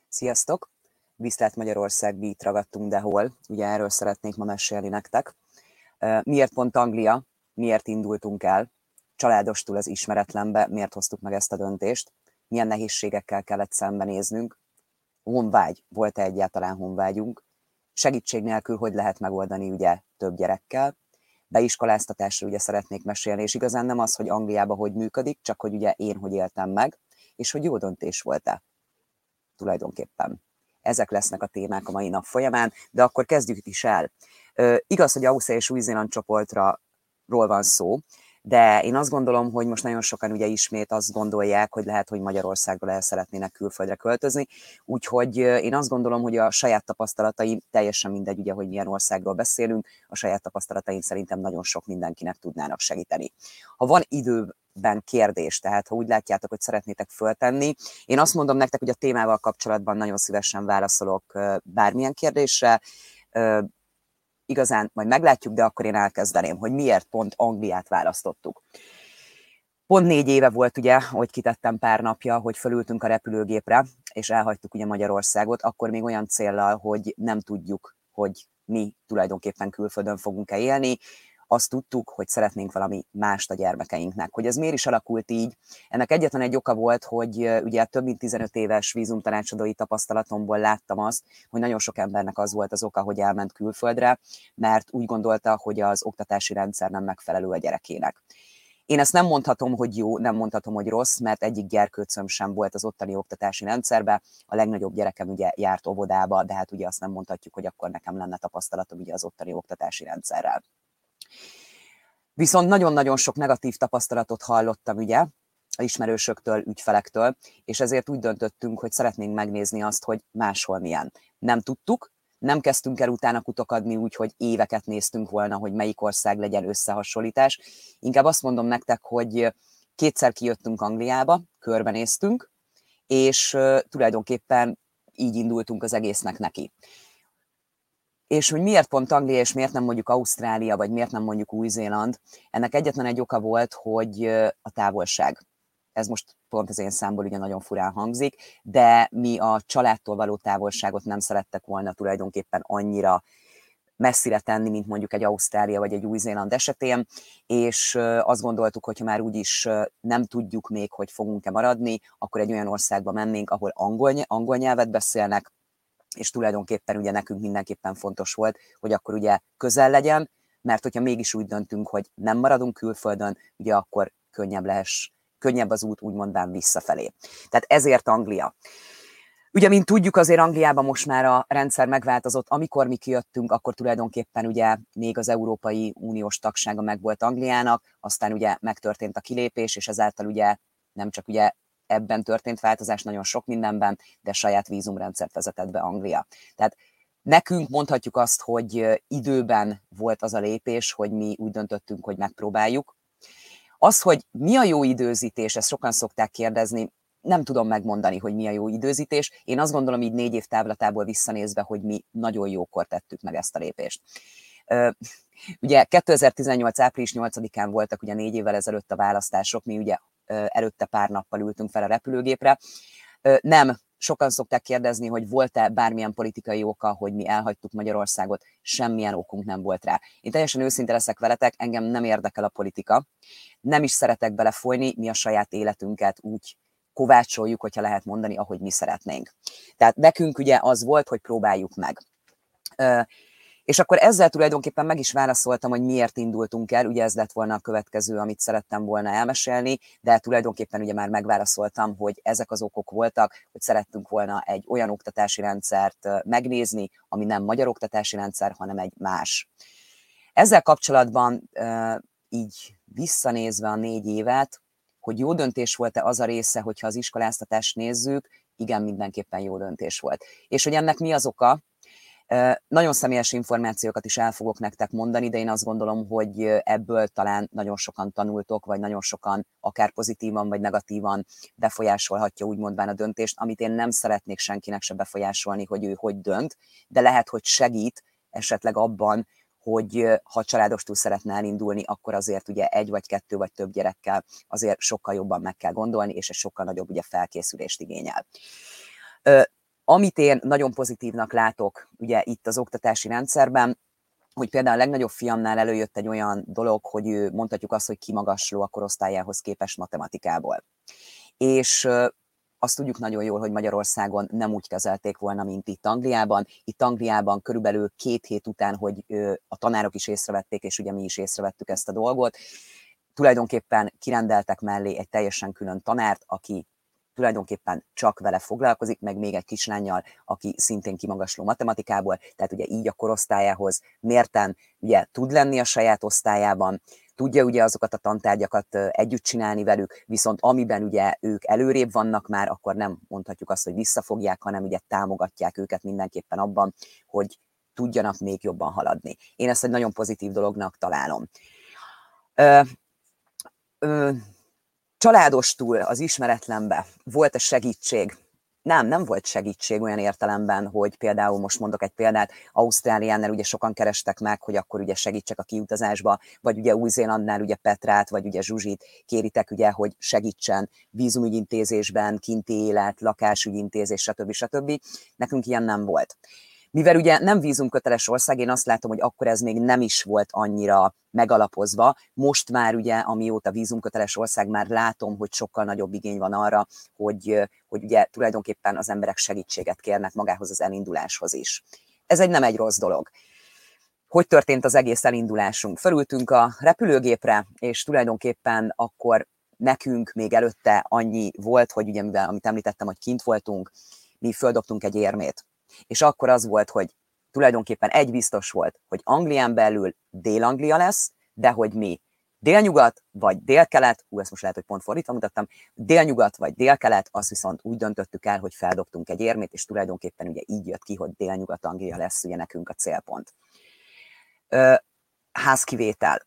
Sziasztok! Viszlát Magyarország, itt ragadtunk, de hol? Ugye erről szeretnék ma mesélni nektek. Miért pont Anglia? Miért indultunk el? Családostul az ismeretlenbe, miért hoztuk meg ezt a döntést? Milyen nehézségekkel kellett szembenéznünk? Honvágy, volt-e egyáltalán honvágyunk? Segítség nélkül hogy lehet megoldani ugye több gyerekkel? Beiskoláztatásról ugye szeretnék mesélni, és igazán nem az, hogy Angliában hogy működik, csak hogy ugye én hogy éltem meg, és hogy jó döntés volt-e tulajdonképpen. Ezek lesznek a témák a mai nap folyamán, de akkor kezdjük is el. Igaz, hogy Ausztria és Új-Zéland csoportról van szó, de én azt gondolom, hogy most nagyon sokan ugye ismét azt gondolják, hogy lehet, hogy Magyarországról el szeretnének külföldre költözni, úgyhogy én azt gondolom, hogy a saját tapasztalataim, teljesen mindegy ugye, hogy milyen országról beszélünk, a saját tapasztalataim szerintem nagyon sok mindenkinek tudnának segíteni. Ha van időben kérdés, tehát ha úgy látjátok, hogy szeretnétek föltenni, én azt mondom nektek, hogy a témával kapcsolatban nagyon szívesen válaszolok bármilyen kérdésre, igazán majd meglátjuk, de akkor én elkezdeném, hogy miért pont Angliát választottuk. Pont 4 éve volt ugye, hogy kitettem pár napja, hogy fölültünk a repülőgépre, és elhagytuk ugye Magyarországot, akkor még olyan céllal, hogy nem tudjuk, hogy mi tulajdonképpen külföldön fogunk-e élni. Azt tudtuk, hogy szeretnénk valami mást a gyermekeinknek. Hogy ez miért is alakult így? Ennek egyetlen egy oka volt, hogy ugye több mint 15 éves vízumtanácsadói tapasztalatomból láttam azt, hogy nagyon sok embernek az volt az oka, hogy elment külföldre, mert úgy gondolta, hogy az oktatási rendszer nem megfelelő a gyerekének. Én ezt nem mondhatom, hogy jó, nem mondhatom, hogy rossz, mert egyik gyerkőcöm sem volt az ottani oktatási rendszerben, a legnagyobb gyerekem ugye járt óvodába, de hát ugye azt nem mondhatjuk, hogy akkor nekem lenne tapasztalatom ugye az ottani oktatási rendszerrel. Viszont nagyon-nagyon sok negatív tapasztalatot hallottam ugye, az ismerősöktől, ügyfelektől, és ezért úgy döntöttünk, hogy szeretnénk megnézni azt, hogy máshol milyen. Nem tudtuk, nem kezdtünk el utána kutokadni úgy, hogy éveket néztünk volna, hogy melyik ország legyen összehasonlítás. Inkább azt mondom nektek, hogy kétszer kijöttünk Angliába, körbenéztünk, és tulajdonképpen így indultunk az egésznek neki. És hogy miért pont Anglia, és miért nem mondjuk Ausztrália, vagy miért nem mondjuk Új-Zéland, ennek egyetlen egy oka volt, hogy a távolság. Ez most pont az én számból ugye nagyon furán hangzik, de mi a családtól való távolságot nem szerettek volna tulajdonképpen annyira messzire tenni, mint mondjuk egy Ausztrália vagy egy Új-Zéland esetén, és azt gondoltuk, hogy ha már úgyis nem tudjuk még, hogy fogunk-e maradni, akkor egy olyan országba mennénk, ahol angol nyelvet beszélnek, és tulajdonképpen ugye nekünk mindenképpen fontos volt, hogy akkor ugye közel legyen, mert hogyha mégis úgy döntünk, hogy nem maradunk külföldön, ugye akkor könnyebb az út úgymondán visszafelé. Tehát ezért Anglia. Ugye, mint tudjuk, azért Angliában most már a rendszer megváltozott. Amikor mi kijöttünk, akkor tulajdonképpen ugye még az Európai Uniós tagsága megvolt Angliának, aztán ugye megtörtént a kilépés, és ezáltal ugye nem csak ugye ebben történt változás, nagyon sok mindenben, de saját vízumrendszert vezetett be Anglia. Tehát nekünk mondhatjuk azt, hogy időben volt az a lépés, hogy mi úgy döntöttünk, hogy megpróbáljuk. Az, hogy mi a jó időzítés, ezt sokan szokták kérdezni, nem tudom megmondani, hogy mi a jó időzítés. Én azt gondolom így 4 év távlatából visszanézve, hogy mi nagyon jókor tettük meg ezt a lépést. Ugye 2018. április 8-án voltak ugye 4 évvel ezelőtt a választások, mi ugye előtte pár nappal ültünk fel a repülőgépre. Nem, sokan szokták kérdezni, hogy volt-e bármilyen politikai oka, hogy mi elhagytuk Magyarországot, semmilyen okunk nem volt rá. Én teljesen őszinte leszek veletek, engem nem érdekel a politika, nem is szeretek belefolyni, mi a saját életünket úgy kovácsoljuk, hogyha lehet mondani, ahogy mi szeretnénk. Tehát nekünk ugye az volt, hogy próbáljuk meg. És akkor ezzel tulajdonképpen meg is válaszoltam, hogy miért indultunk el, ugye ez lett volna a következő, amit szerettem volna elmesélni, de tulajdonképpen ugye már megválaszoltam, hogy ezek az okok voltak, hogy szerettünk volna egy olyan oktatási rendszert megnézni, ami nem magyar oktatási rendszer, hanem egy más. Ezzel kapcsolatban így visszanézve a 4 évet, hogy jó döntés volt-e az a része, hogyha az iskoláztatást nézzük, igen, mindenképpen jó döntés volt. És hogy ennek mi az oka? Nagyon személyes információkat is el fogok nektek mondani, de én azt gondolom, hogy ebből talán nagyon sokan tanultok, vagy nagyon sokan akár pozitívan, vagy negatívan befolyásolhatja úgymondván a döntést, amit én nem szeretnék senkinek se befolyásolni, hogy ő hogy dönt, de lehet, hogy segít esetleg abban, hogy ha családostul szeretne elindulni, akkor azért ugye 1 vagy 2 vagy több gyerekkel azért sokkal jobban meg kell gondolni, és egy sokkal nagyobb ugye felkészülést igényel. Amit én nagyon pozitívnak látok ugye itt az oktatási rendszerben, hogy például a legnagyobb fiamnál előjött egy olyan dolog, hogy ő mondhatjuk azt, hogy kimagasló a korosztályához képest matematikából. És azt tudjuk nagyon jól, hogy Magyarországon nem úgy kezelték volna, mint itt Angliában. Itt Angliában körülbelül 2 hét után, hogy a tanárok is észrevették, és ugye mi is észrevettük ezt a dolgot, tulajdonképpen kirendeltek mellé egy teljesen külön tanárt, aki tulajdonképpen csak vele foglalkozik, meg még egy kislánnyal, aki szintén kimagasló matematikából, tehát ugye így a korosztályához mérten ugye tud lenni a saját osztályában, tudja ugye azokat a tantárgyakat együtt csinálni velük, viszont amiben ugye ők előrébb vannak már, akkor nem mondhatjuk azt, hogy visszafogják, hanem ugye támogatják őket mindenképpen abban, hogy tudjanak még jobban haladni. Én ezt egy nagyon pozitív dolognak találom. Családostul az ismeretlenbe volt-e segítség? Nem volt segítség olyan értelemben, hogy például most mondok egy példát, Ausztráliánál ugye sokan kerestek meg, hogy akkor ugye segítsek a kiutazásba, vagy ugye Új-Zélandnál ugye Petrát, vagy ugye Zsuzsit kéritek ugye, hogy segítsen vízumügyintézésben, kinti élet, lakásügyintézés, stb. Nekünk ilyen nem volt. Mivel ugye nem vízumköteles ország, én azt látom, hogy akkor ez még nem is volt annyira megalapozva. Most már ugye, amióta vízumköteles ország, már látom, hogy sokkal nagyobb igény van arra, hogy ugye tulajdonképpen az emberek segítséget kérnek magához az elinduláshoz is. Ez nem egy rossz dolog. Hogy történt az egész elindulásunk? Fölültünk a repülőgépre, és tulajdonképpen akkor nekünk még előtte annyi volt, hogy ugye mivel, amit említettem, hogy kint voltunk, mi földobtunk egy érmét. És akkor az volt, hogy tulajdonképpen egy biztos volt, hogy Anglián belül Dél-Anglia lesz, de hogy mi délnyugat vagy délkelet, ezt most lehet, hogy pont fordítva mutattam, délnyugat vagy délkelet, azt viszont úgy döntöttük el, hogy feldobtunk egy érmét, és tulajdonképpen ugye így jött ki, hogy Délnyugat-Anglia lesz ugye nekünk a célpont. Házkivétel.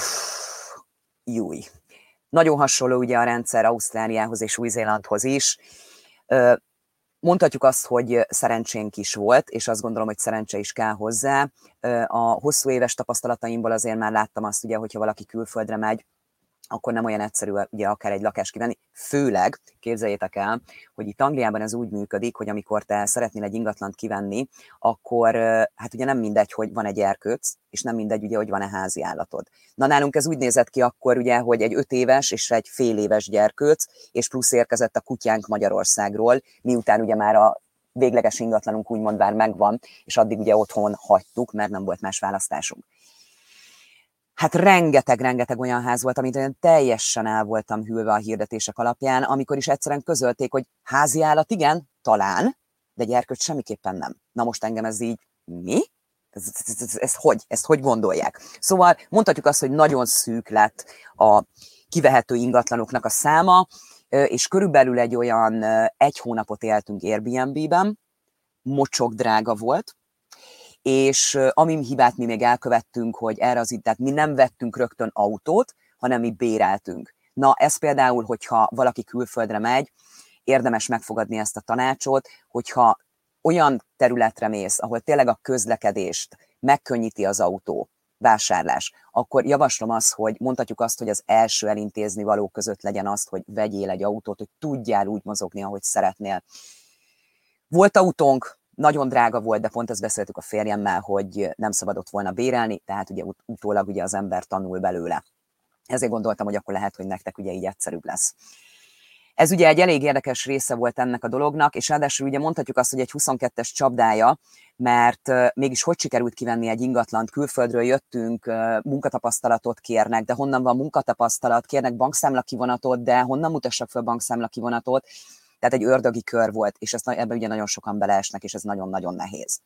Júj. Nagyon hasonló ugye a rendszer Ausztráliához és Új-Zélandhoz is. Mondhatjuk azt, hogy szerencsénk is volt, és azt gondolom, hogy szerencse is kell hozzá. A hosszú éves tapasztalataimból azért már láttam azt, ugye, hogyha valaki külföldre megy, akkor nem olyan egyszerű ugye akár egy lakást kivenni. Főleg, képzeljétek el, hogy itt Angliában ez úgy működik, hogy amikor te szeretnél egy ingatlant kivenni, akkor hát ugye nem mindegy, hogy van egy erkőc, és nem mindegy, ugye, hogy van-e házi állatod. Na nálunk ez úgy nézett ki akkor, ugye, hogy egy 5 éves és egy fél éves gyerkőc, és plusz érkezett a kutyánk Magyarországról, miután ugye már a végleges ingatlanunk úgymond már megvan, és addig ugye otthon hagytuk, mert nem volt más választásunk. Hát rengeteg olyan ház volt, amit én teljesen el voltam hűlve a hirdetések alapján, amikor is egyszerűen közölték, hogy házi állat igen, talán, de gyerkőc semmiképpen nem. Na most engem ez így, mi? Ezt hogy gondolják? Szóval mondhatjuk azt, hogy nagyon szűk lett a kivehető ingatlanoknak a száma, és körülbelül egy olyan 1 hónapot éltünk Airbnb-ben, mocsok drága volt, és ami hibát mi még elkövettünk, hogy erre az tehát mi nem vettünk rögtön autót, hanem mi béreltünk. Na ez például, hogyha valaki külföldre megy, érdemes megfogadni ezt a tanácsot, hogyha olyan területre mész, ahol tényleg a közlekedést megkönnyíti az autó, vásárlás, akkor javaslom azt, hogy mondhatjuk azt, hogy az első elintézni való között legyen azt, hogy vegyél egy autót, hogy tudjál úgy mozogni, ahogy szeretnél. Volt autónk, nagyon drága volt, de pont ezt beszéltük a férjemmel, hogy nem szabadott volna bérelni, tehát ugye utólag ugye az ember tanul belőle. Ezért gondoltam, hogy akkor lehet, hogy nektek ugye így egyszerűbb lesz. Ez ugye egy elég érdekes része volt ennek a dolognak, és ráadásul ugye mondhatjuk azt, hogy egy 22-es csapdája, mert mégis hogy sikerült kivenni egy ingatlant, külföldről jöttünk, munkatapasztalatot kérnek, de honnan van munkatapasztalat, kérnek bankszámlakivonatot, de honnan mutassak fel bankszámlakivonatot, tehát egy ördögi kör volt, és ebben ugye nagyon sokan beleesnek, és ez nagyon-nagyon nehéz.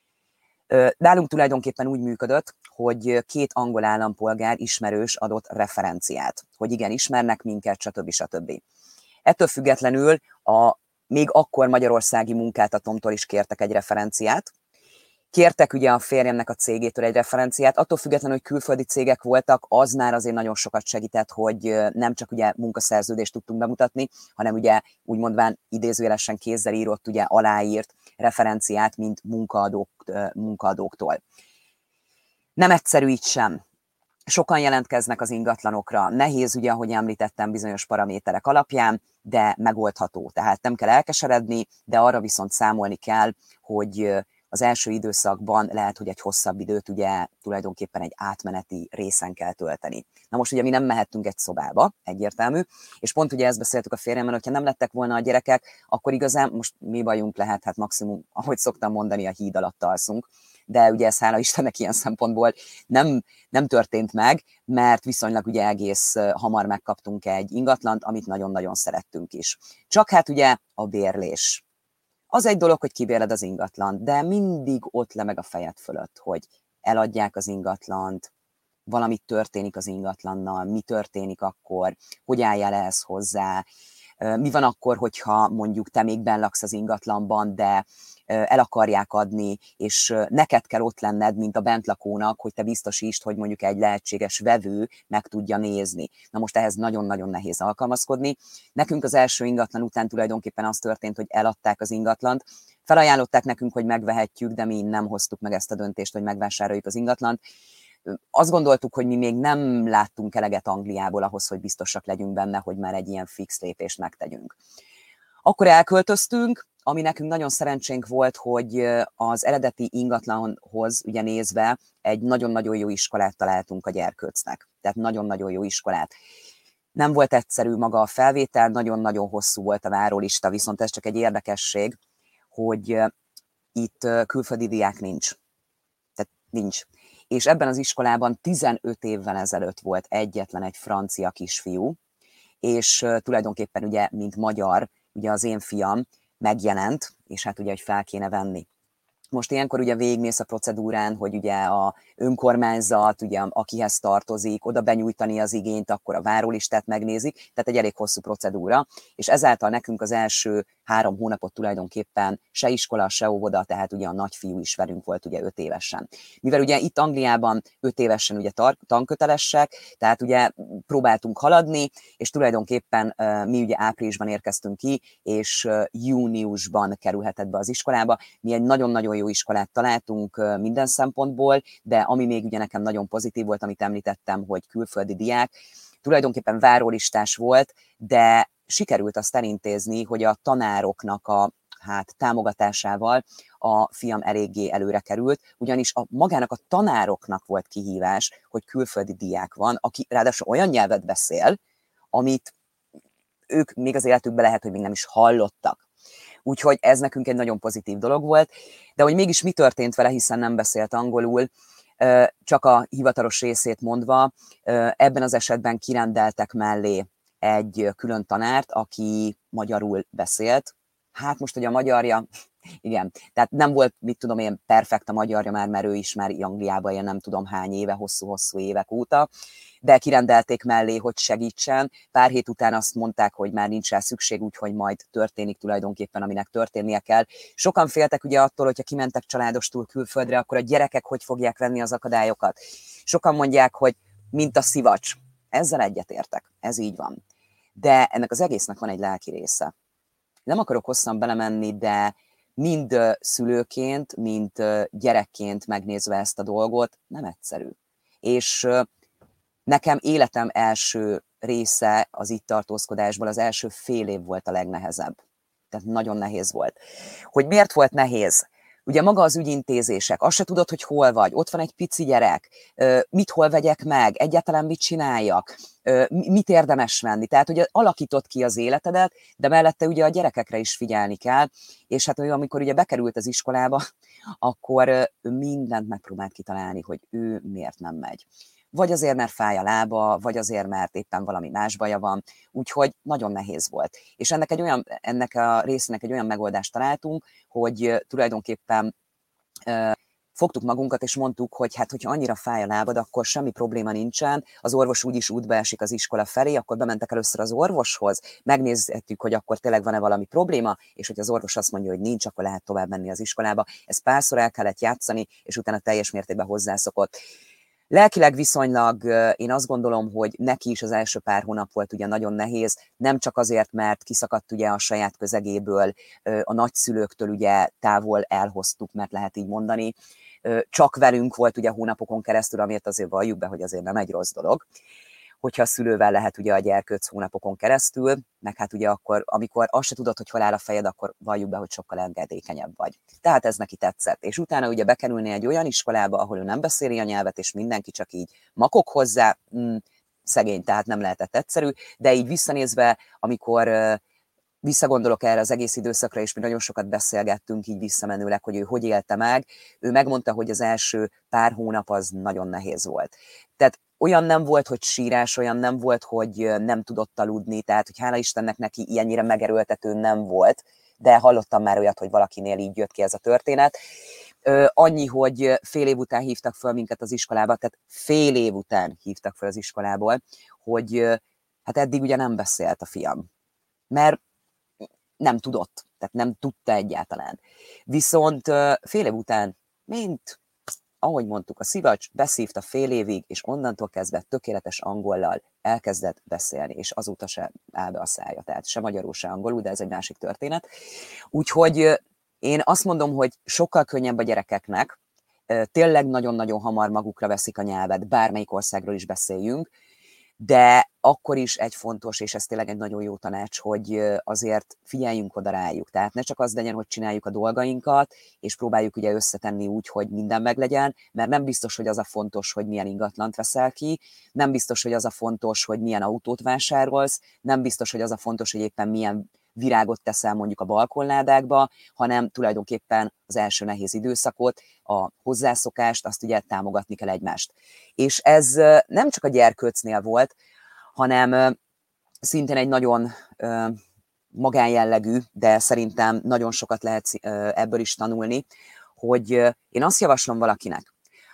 Nálunk tulajdonképpen úgy működött, hogy 2 angol állampolgár ismerős adott referenciát, hogy igen, ismernek minket, stb. Ettől függetlenül még akkor magyarországi munkáltatómtól is kértek egy referenciát. Kértek ugye a férjemnek a cégétől egy referenciát, attól függetlenül, hogy külföldi cégek voltak, az már azért nagyon sokat segített, hogy nem csak ugye munkaszerződést tudtunk bemutatni, hanem ugye úgy mondván idézőjelesen kézzel írott, ugye aláírt referenciát, mint munkaadóktól. Nem egyszerű így sem. Sokan jelentkeznek az ingatlanokra. Nehéz, ugye, ahogy említettem, bizonyos paraméterek alapján, de megoldható. Tehát nem kell elkeseredni, de arra viszont számolni kell, hogy az első időszakban lehet, hogy egy hosszabb időt ugye tulajdonképpen egy átmeneti részen kell tölteni. Na most ugye mi nem mehettünk egy szobába, egyértelmű, és pont ugye ezt beszéltük a férjemmel, hogyha nem lettek volna a gyerekek, akkor igazán most mi bajunk lehet, hát maximum, ahogy szoktam mondani, a híd alatt alszunk, de ugye ez hála Istennek ilyen szempontból nem történt meg, mert viszonylag ugye egész hamar megkaptunk egy ingatlant, amit nagyon-nagyon szerettünk is. Csak hát ugye a bérlés. Az egy dolog, hogy kibérled az ingatlant, de mindig ott lemeg a fejed fölött, hogy eladják az ingatlant, valamit történik az ingatlannal, mi történik akkor, hogy álljál ehhez hozzá, mi van akkor, hogyha mondjuk te még benn laksz az ingatlanban, de el akarják adni, és neked kell ott lenned, mint a bentlakónak, hogy te biztosítsd, hogy mondjuk egy lehetséges vevő meg tudja nézni. Na most ehhez nagyon-nagyon nehéz alkalmazkodni. Nekünk az első ingatlan után tulajdonképpen az történt, hogy eladták az ingatlant, felajánlották nekünk, hogy megvehetjük, de mi nem hoztuk meg ezt a döntést, hogy megvásároljuk az ingatlant. Azt gondoltuk, hogy mi még nem láttunk eleget Angliából ahhoz, hogy biztosak legyünk benne, hogy már egy ilyen fix lépést megtegyünk. Akkor elköltöztünk, ami nekünk nagyon szerencsénk volt, hogy az eredeti ingatlanhoz ugye nézve egy nagyon-nagyon jó iskolát találtunk a gyerkőcnek. Tehát nagyon-nagyon jó iskolát. Nem volt egyszerű maga a felvétel, nagyon-nagyon hosszú volt a várólista, viszont ez csak egy érdekesség, hogy itt külföldi diák nincs. Tehát nincs. És ebben az iskolában 15 évvel ezelőtt volt egyetlen egy francia kisfiú, és tulajdonképpen ugye, mint magyar, ugye az én fiam megjelent, és hát ugye, hogy fel kéne venni. Most ilyenkor ugye végigmész a procedúrán, hogy ugye a önkormányzat, ugye akihez tartozik, oda benyújtani az igényt, akkor a várólistát megnézik, tehát egy elég hosszú procedúra, és ezáltal nekünk az első 3 hónapot tulajdonképpen se iskola, se óvoda, tehát ugye a nagyfiú is velünk volt ugye 5 évesen. Mivel ugye itt Angliában 5 évesen ugye tankötelesek, tehát ugye próbáltunk haladni, és tulajdonképpen mi ugye áprilisban érkeztünk ki, és júniusban kerülhetett be az iskolába. Mi egy nagyon-nagyon jó iskolát találtunk minden szempontból, de ami még ugye nekem nagyon pozitív volt, amit említettem, hogy külföldi diák, tulajdonképpen várólistás volt, de sikerült azt elintézni, hogy a tanároknak a támogatásával a fiam eléggé előre került, ugyanis magának a tanároknak volt kihívás, hogy külföldi diák van, aki ráadásul olyan nyelvet beszél, amit ők még az életükben lehet, hogy még nem is hallottak. Úgyhogy ez nekünk egy nagyon pozitív dolog volt, de hogy mégis mi történt vele, hiszen nem beszélt angolul, csak a hivatalos részét mondva, ebben az esetben kirendeltek mellé egy külön tanárt, aki magyarul beszélt. Hát most, hogy a magyarja, igen, tehát nem volt, mit tudom én, perfekt a magyarja már, mert ő is már Angliában él nem tudom hány éve, hosszú-hosszú évek óta, de kirendelték mellé, hogy segítsen. Pár hét után azt mondták, hogy már nincs rá szükség, úgyhogy majd történik tulajdonképpen, aminek történnie kell. Sokan féltek ugye attól, hogyha kimentek családostul külföldre, akkor a gyerekek hogy fogják venni az akadályokat. Sokan mondják, hogy mint a szivacs. Ezzel egyetértek, ez így van. De ennek az egésznek van egy lelki része. Nem akarok hosszan belemenni, de mind szülőként, mind gyerekként megnézve ezt a dolgot, nem egyszerű. És nekem életem első része az itt tartózkodásból, az első fél év volt a legnehezebb. Tehát nagyon nehéz volt. Hogy miért volt nehéz? Ugye maga az ügyintézések, azt se tudod, hogy hol vagy, ott van egy pici gyerek, mit hol vegyek meg, egyáltalán mit csináljak, mit érdemes venni. Tehát ugye alakított ki az életedet, de mellette ugye a gyerekekre is figyelni kell, és hát amikor ugye bekerült az iskolába, akkor ő mindent megpróbált kitalálni, hogy ő miért nem megy. Vagy azért, mert fáj a lába, vagy azért, mert éppen valami más baja van, úgyhogy nagyon nehéz volt. És ennek a részének egy olyan megoldást találtunk, hogy tulajdonképpen fogtuk magunkat, és mondtuk, hogy hát, hogyha annyira fáj a lábad, akkor semmi probléma nincsen, az orvos úgyis útba esik az iskola felé, akkor bementek először az orvoshoz, megnézhetjük, hogy akkor tényleg van-e valami probléma, és hogy az orvos azt mondja, hogy nincs, akkor lehet tovább menni az iskolába. Ezt párszor el kellett játszani, és utána teljes mértékben hozzászokott. Lelkileg viszonylag én azt gondolom, hogy neki is az első pár hónap volt ugye nagyon nehéz, nem csak azért, mert kiszakadt ugye a saját közegéből, a nagyszülőktől ugye távol elhoztuk, mert lehet így mondani, csak velünk volt ugye hónapokon keresztül, amiért azért valljuk be, hogy azért nem egy rossz dolog, hogyha a szülővel lehet ugye a gyerkőc hónapokon keresztül, meg hát ugye akkor, amikor azt se tudod, hogy hol áll a fejed, akkor valljuk be, hogy sokkal engedékenyebb vagy. Tehát ez neki tetszett. És utána ugye bekerülni egy olyan iskolába, ahol ő nem beszéli a nyelvet, és mindenki csak így makog hozzá, szegény, tehát nem lehetett egyszerű, de így visszanézve, amikor visszagondolok erre az egész időszakra, és mi nagyon sokat beszélgettünk így visszamenőleg, hogy ő hogy élte meg, ő megmondta, hogy az első pár hónap az nagyon nehéz volt. Tehát olyan nem volt, hogy sírás, olyan nem volt, hogy nem tudott aludni, tehát hogy hála Istennek neki ilyennyire megerőltető nem volt, de hallottam már olyat, hogy valakinél így jött ki ez a történet. Annyi, hogy fél év után hívtak föl minket az iskolába, tehát fél év után hívtak föl az iskolából, hogy hát eddig ugye nem beszélt a fiam, mert nem tudott, tehát nem tudta egyáltalán. Viszont fél év után, mint ahogy mondtuk, a szivacs beszívta fél évig, és onnantól kezdve tökéletes angollal elkezdett beszélni, és azóta se áll be a szája, tehát se magyarul, se angolul, de ez egy másik történet. Úgyhogy én azt mondom, hogy sokkal könnyebb a gyerekeknek, tényleg nagyon-nagyon hamar magukra veszik a nyelvet, bármelyik országról is beszéljünk, de akkor is egy fontos, és ez tényleg egy nagyon jó tanács, hogy azért figyeljünk oda rájuk. Tehát ne csak az legyen, hogy csináljuk a dolgainkat, és próbáljuk ugye összetenni úgy, hogy minden meglegyen, mert nem biztos, hogy az a fontos, hogy milyen ingatlant veszel ki, nem biztos, hogy az a fontos, hogy milyen autót vásárolsz, nem biztos, hogy az a fontos, hogy éppen milyen virágot teszel mondjuk a balkonládákba, hanem tulajdonképpen az első nehéz időszakot, a hozzászokást, azt ugye támogatni kell egymást. És ez nem csak a gyerkőcnél volt, hanem szintén egy nagyon magánjellegű, de szerintem nagyon sokat lehet ebből is tanulni, hogy én azt javaslom valakinek,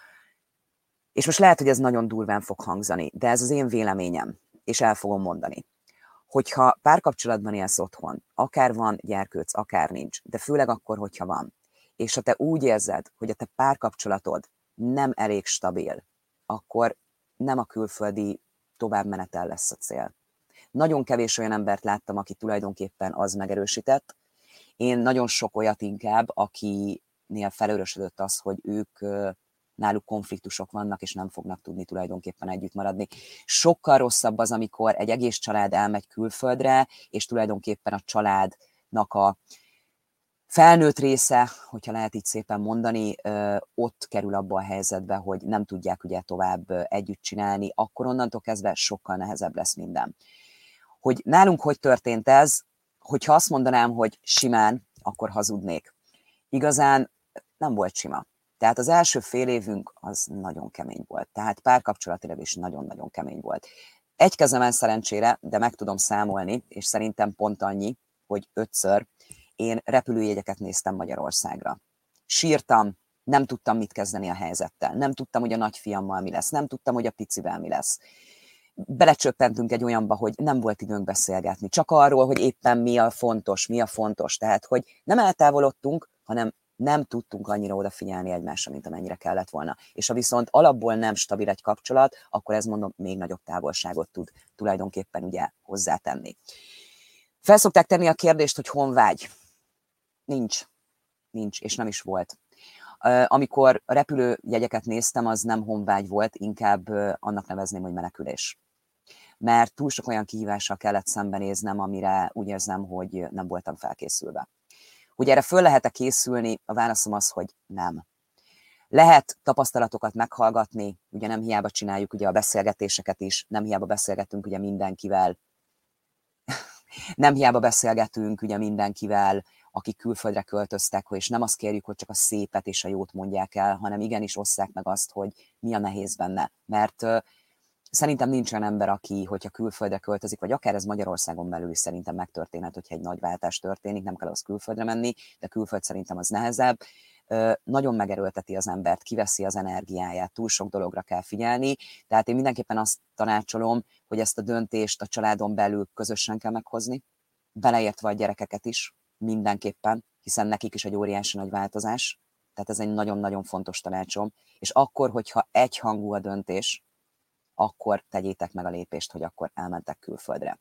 és most lehet, hogy ez nagyon durván fog hangzani, de ez az én véleményem, és el fogom mondani, hogyha párkapcsolatban élsz otthon, akár van gyerkőc, akár nincs, de főleg akkor, hogyha van, és ha te úgy érzed, hogy a te párkapcsolatod nem elég stabil, akkor nem a külföldi továbbmenetel lesz a cél. Nagyon kevés olyan embert láttam, aki tulajdonképpen az megerősített. Én nagyon sok olyat inkább, akinél felörösödött az, hogy ők náluk konfliktusok vannak, és nem fognak tudni tulajdonképpen együtt maradni. Sokkal rosszabb az, amikor egy egész család elmegy külföldre, és tulajdonképpen a családnak a felnőtt része, hogyha lehet így szépen mondani, ott kerül abba a helyzetbe, hogy nem tudják ugye tovább együtt csinálni, akkor onnantól kezdve sokkal nehezebb lesz minden. Hogy nálunk hogy történt ez, hogyha azt mondanám, hogy simán, akkor hazudnék. Igazán nem volt sima. Tehát az első fél évünk az nagyon kemény volt. Tehát párkapcsolatilag is nagyon-nagyon kemény volt. Egy kezemen szerencsére, de meg tudom számolni, és szerintem pont annyi, hogy 5-ször én repülőjegyeket néztem Magyarországra. Sírtam, nem tudtam mit kezdeni a helyzettel. Nem tudtam, hogy a nagyfiammal mi lesz. Nem tudtam, hogy a picivel mi lesz. Belecsöppentünk egy olyanba, hogy nem volt időnk beszélgetni. Csak arról, hogy éppen mi a fontos. Tehát, hogy nem eltávolodtunk, hanem nem tudtunk annyira odafigyelni egymásra, mint amennyire kellett volna. És ha viszont alapból nem stabil egy kapcsolat, akkor ez mondom, még nagyobb távolságot tud tulajdonképpen ugye hozzátenni. Felszokták tenni a kérdést, hogy honvágy. Nincs, és nem is volt. Amikor a repülőjegyeket néztem, az nem honvágy volt, inkább annak nevezném, hogy menekülés. Mert túl sok olyan kihívással kellett szembenéznem, amire úgy érzem, hogy nem voltam felkészülve. Hogy erre föl lehet-e készülni? A válaszom az, hogy nem. Lehet tapasztalatokat meghallgatni, ugye nem hiába csináljuk ugye a beszélgetéseket is, nem hiába beszélgetünk ugye mindenkivel, nem hiába beszélgetünk ugye mindenkivel, akik külföldre költöztek, és nem azt kérjük, hogy csak a szépet és a jót mondják el, hanem igenis osszák meg azt, hogy mi a nehéz benne. Mert szerintem nincs olyan ember, aki, hogyha külföldre költözik, vagy akár ez Magyarországon belül is szerintem megtörténhet, hogyha egy nagy váltás történik, nem kell az külföldre menni, de külföld szerintem az nehezebb. Nagyon megerőlteti az embert, kiveszi az energiáját, túl sok dologra kell figyelni, tehát én mindenképpen azt tanácsolom, hogy ezt a döntést a családon belül közösen kell meghozni, beleértve a gyerekeket is, mindenképpen, hiszen nekik is egy óriási nagy változás, tehát ez egy nagyon-nagyon fontos tanácsom, és akkor, hogyha egyhangú a döntés, akkor tegyétek meg a lépést, hogy akkor elmentek külföldre.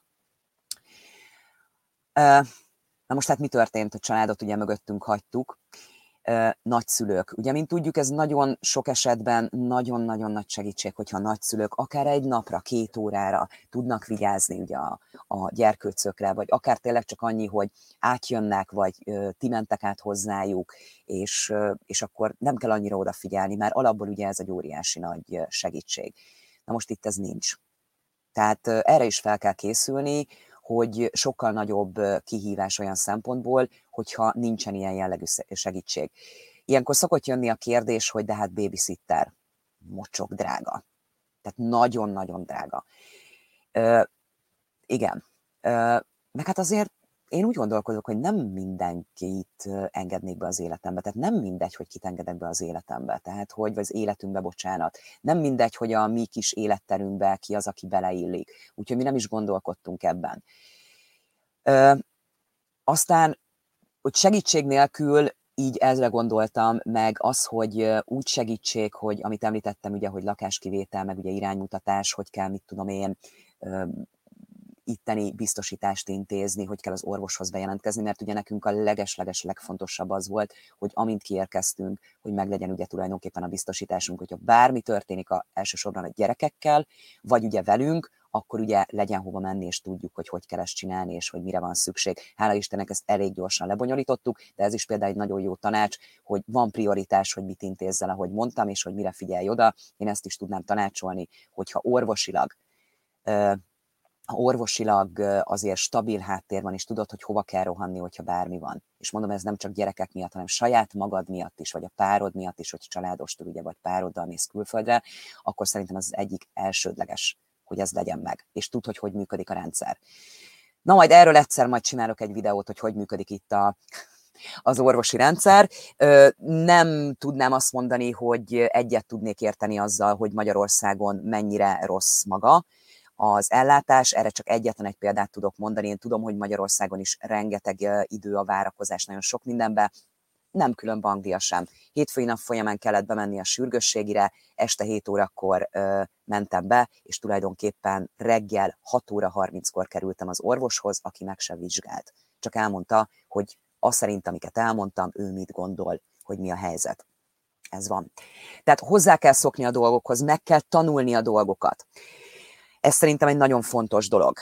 Na most hát mi történt? A családot ugye mögöttünk hagytuk. nagyszülők. Ugye, mint tudjuk, ez nagyon sok esetben nagyon-nagyon nagy segítség, hogyha a nagyszülők akár egy napra, 2 órára tudnak vigyázni ugye a gyerkőcökre, vagy akár tényleg csak annyi, hogy átjönnek, vagy ti mentek át hozzájuk, és akkor nem kell annyira odafigyelni, mert alapból ugye ez egy óriási nagy segítség. Na most itt ez nincs. Tehát erre is fel kell készülni, hogy sokkal nagyobb kihívás olyan szempontból, hogyha nincsen ilyen jellegű segítség. Ilyenkor szokott jönni a kérdés, hogy de hát babysitter, mocsok drága. Tehát nagyon-nagyon drága. Igen. Meg hát azért én úgy gondolkodok, hogy nem mindenkit engednék be az életembe. Tehát nem mindegy, hogy kit engedek be az életembe. Tehát, hogy vagy az életünkbe, bocsánat. Nem mindegy, hogy a mi kis életterünkbe ki az, aki beleillik. Úgyhogy mi nem is gondolkodtunk ebben. Aztán, hogy segítség nélkül így ezre gondoltam, meg az, hogy úgy segítség, hogy amit említettem, ugye, hogy lakáskivétel, meg ugye iránymutatás, hogy kell, mit tudom én, itteni biztosítást intézni, hogy kell az orvoshoz bejelentkezni, mert ugye nekünk a legfontosabb az volt, hogy amint kiérkeztünk, hogy meglegyen ugye tulajdonképpen a biztosításunk, hogyha bármi történik elsősorban a gyerekekkel, vagy ugye velünk, akkor ugye legyen hova menni, és tudjuk, hogy kell ezt csinálni, és hogy mire van szükség. Hála Istennek ezt elég gyorsan lebonyolítottuk, de ez is például egy nagyon jó tanács, hogy van prioritás, hogy mit intézzel, ahogy mondtam, és hogy mire figyelj oda. Én ezt is tudnám tanácsolni, hogyha orvosilag azért stabil háttér van, és tudod, hogy hova kell rohanni, hogyha bármi van. És mondom, ez nem csak gyerekek miatt, hanem saját magad miatt is, vagy a párod miatt is, hogy családostul, ugye, vagy pároddal mész külföldre, akkor szerintem az egyik elsődleges, hogy ez legyen meg. És tudd, hogy működik a rendszer. Na majd erről egyszer majd csinálok egy videót, hogy működik itt az orvosi rendszer. Nem tudnám azt mondani, hogy egyet tudnék érteni azzal, hogy Magyarországon mennyire rossz maga az ellátás. Erre csak egyetlen egy példát tudok mondani. Én tudom, hogy Magyarországon is rengeteg idő a várakozás nagyon sok mindenben, nem külön bankdíja sem. Hétfői nap folyamán kellett bemenni a sürgősségire, este 7 órakor mentem be, és tulajdonképpen reggel 6 óra 30-kor kerültem az orvoshoz, aki meg sem vizsgált. Csak elmondta, hogy azt szerint, amiket elmondtam, ő mit gondol, hogy mi a helyzet. Ez van. Tehát hozzá kell szokni a dolgokhoz, meg kell tanulni a dolgokat. Ez szerintem egy nagyon fontos dolog.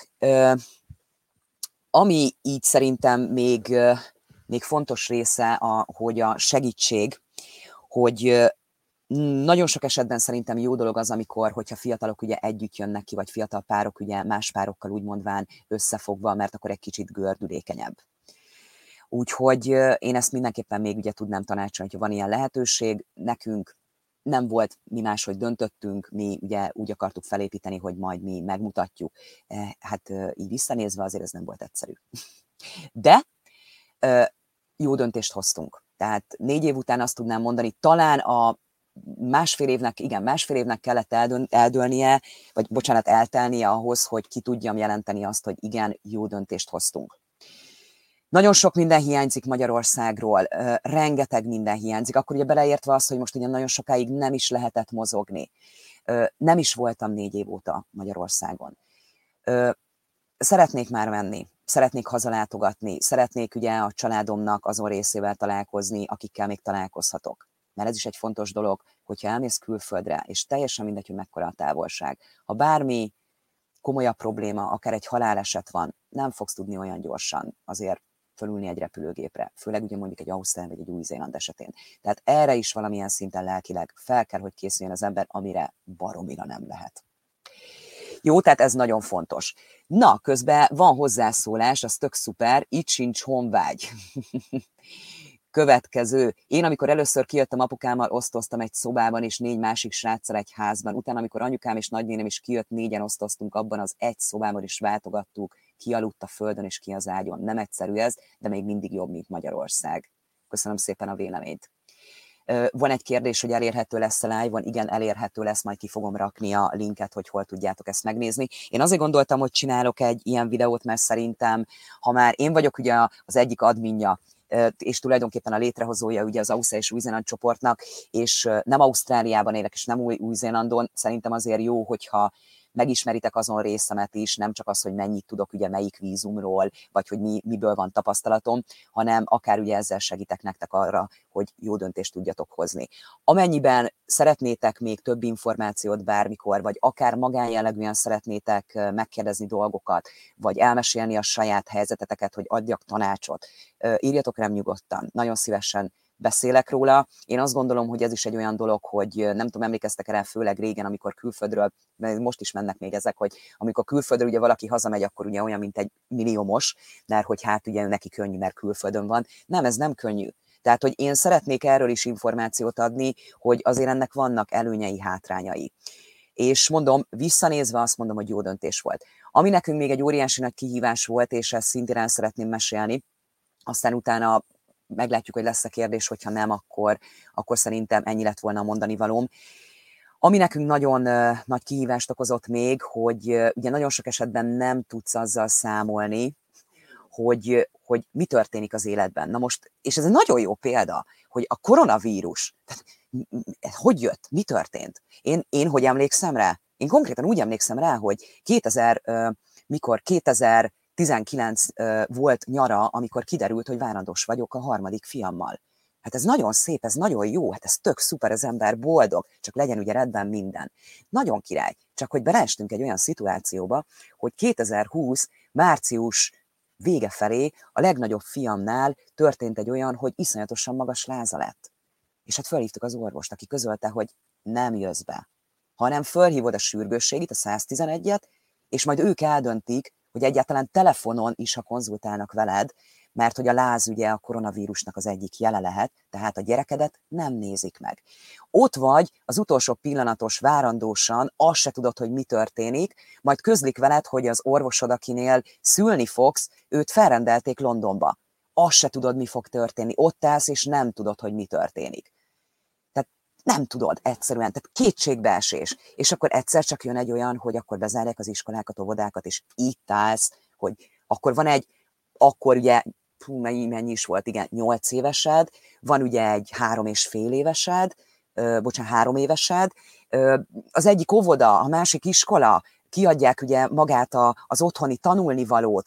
Ami így szerintem még fontos része, hogy a segítség, hogy nagyon sok esetben szerintem jó dolog az, hogyha fiatalok ugye együtt jönnek ki, vagy fiatal párok ugye más párokkal úgy mondván összefogva, mert akkor egy kicsit gördülékenyebb. Úgyhogy én ezt mindenképpen még ugye tudnám tanácsolni, hogyha van ilyen lehetőség. Nekünk nem volt, mi máshogy döntöttünk, mi ugye úgy akartuk felépíteni, hogy majd mi megmutatjuk. Hát így visszanézve azért ez nem volt egyszerű. De jó döntést hoztunk. Tehát 4 év után azt tudnám mondani, talán a másfél évnek kellett eldőlnie, vagy bocsánat, eltelnie ahhoz, hogy ki tudjam jelenteni azt, hogy igen, jó döntést hoztunk. Nagyon sok minden hiányzik Magyarországról, rengeteg minden hiányzik. Akkor ugye beleértve azt, hogy most ugye nagyon sokáig nem is lehetett mozogni. Nem is voltam 4 év óta Magyarországon. Szeretnék már menni, szeretnék hazalátogatni, szeretnék ugye a családomnak azon részével találkozni, akikkel még találkozhatok. Mert ez is egy fontos dolog, hogyha elmész külföldre, és teljesen mindegy, hogy mekkora a távolság. Ha bármi komolyabb probléma, akár egy haláleset van, nem fogsz tudni olyan gyorsan azért fölülni egy repülőgépre, főleg ugye mondjuk egy Ausztrál vagy egy Új-Zéland esetén. Tehát erre is valamilyen szinten lelkileg fel kell, hogy készüljön az ember, amire baromira nem lehet. Jó, tehát ez nagyon fontos. Na, közben van hozzászólás, az tök szuper, itt sincs honvágy. Következő. Én, amikor először kijöttem apukámmal, osztoztam egy szobában, és 4 másik sráccal egy házban. Utána, amikor anyukám és nagynénem is kijött, 4-en osztoztunk abban az egy szobában, és váltogattuk, ki aludt a földön, és ki az ágyon. Nem egyszerű ez, de még mindig jobb, mint Magyarország. Köszönöm szépen a véleményt. Van egy kérdés, hogy elérhető lesz a live-on. Igen, elérhető lesz, majd ki fogom rakni a linket, hogy hol tudjátok ezt megnézni. Én azért gondoltam, hogy csinálok egy ilyen videót, mert szerintem, ha már én vagyok ugye az egyik adminja, és tulajdonképpen a létrehozója ugye az Ausztrál és Új-Zéland csoportnak, és nem Ausztráliában élek, és nem Új-Zélandon, szerintem azért jó, hogyha megismeritek azon részemet is, nem csak az, hogy mennyit tudok ugye melyik vízumról, vagy hogy miből van tapasztalatom, hanem akár ugye ezzel segítek nektek arra, hogy jó döntést tudjatok hozni. Amennyiben szeretnétek még több információt bármikor, vagy akár magánjellegűen szeretnétek megkérdezni dolgokat, vagy elmesélni a saját helyzeteteket, hogy adjak tanácsot, írjatok rám nyugodtan. Nagyon szívesen beszélek róla. Én azt gondolom, hogy ez is egy olyan dolog, hogy nem tudom, emlékeztek rá, főleg régen, amikor külföldről, most is mennek még ezek, hogy amikor külföldről ugye valaki hazamegy, akkor ugye olyan, mint egy milliómos, mert hogy hát ugye neki könnyű, mert külföldön van. Nem, ez nem könnyű. Tehát, hogy én szeretnék erről is információt adni, hogy azért ennek vannak előnyei, hátrányai. És mondom, visszanézve azt mondom, hogy jó döntés volt. Ami nekünk még egy óriási nagy kihívás volt, és ezt szintén el szeretném mesélni, aztán utána meglátjuk, hogy lesz a kérdés, hogyha nem, akkor szerintem ennyi lett volna a mondani valóm. Ami nekünk nagyon nagy kihívást okozott még, hogy ugye nagyon sok esetben nem tudsz azzal számolni, hogy mi történik az életben. Na most, és ez egy nagyon jó példa, hogy a koronavírus, tehát hogy jött, mi történt? Én hogy emlékszem rá? Én konkrétan úgy emlékszem rá, hogy 2019 volt nyara, amikor kiderült, hogy várandós vagyok a harmadik fiammal. Hát ez nagyon szép, ez nagyon jó, hát ez tök szuper, az ember boldog, csak legyen ugye rendben minden. Nagyon király, csak hogy beleestünk egy olyan szituációba, hogy 2020 március vége felé a legnagyobb fiamnál történt egy olyan, hogy iszonyatosan magas láza lett. És hát fölhívtuk az orvost, aki közölte, hogy nem jössz be, hanem fölhívod a sürgősségit, a 111-et, és majd ők eldöntik, hogy egyáltalán telefonon is, ha konzultálnak veled, mert hogy a láz ugye a koronavírusnak az egyik jele lehet, tehát a gyerekedet nem nézik meg. Ott vagy az utolsó pillanatos várandósan, azt se tudod, hogy mi történik, majd közlik veled, hogy az orvosod, akinél szülni fogsz, őt felrendelték Londonba. Azt se tudod, mi fog történni. Ott állsz, és nem tudod, hogy mi történik. Tehát nem tudod egyszerűen, tehát kétségbeesés. És akkor egyszer csak jön egy olyan, hogy akkor bezárják az iskolákat, óvodákat, és itt állsz, hogy akkor ugye, mennyi is volt, igen, 8 évesed, van ugye egy 3,5 évesed, 3 évesed, az egyik óvoda, a másik iskola, kiadják ugye magát az otthoni tanulnivalót,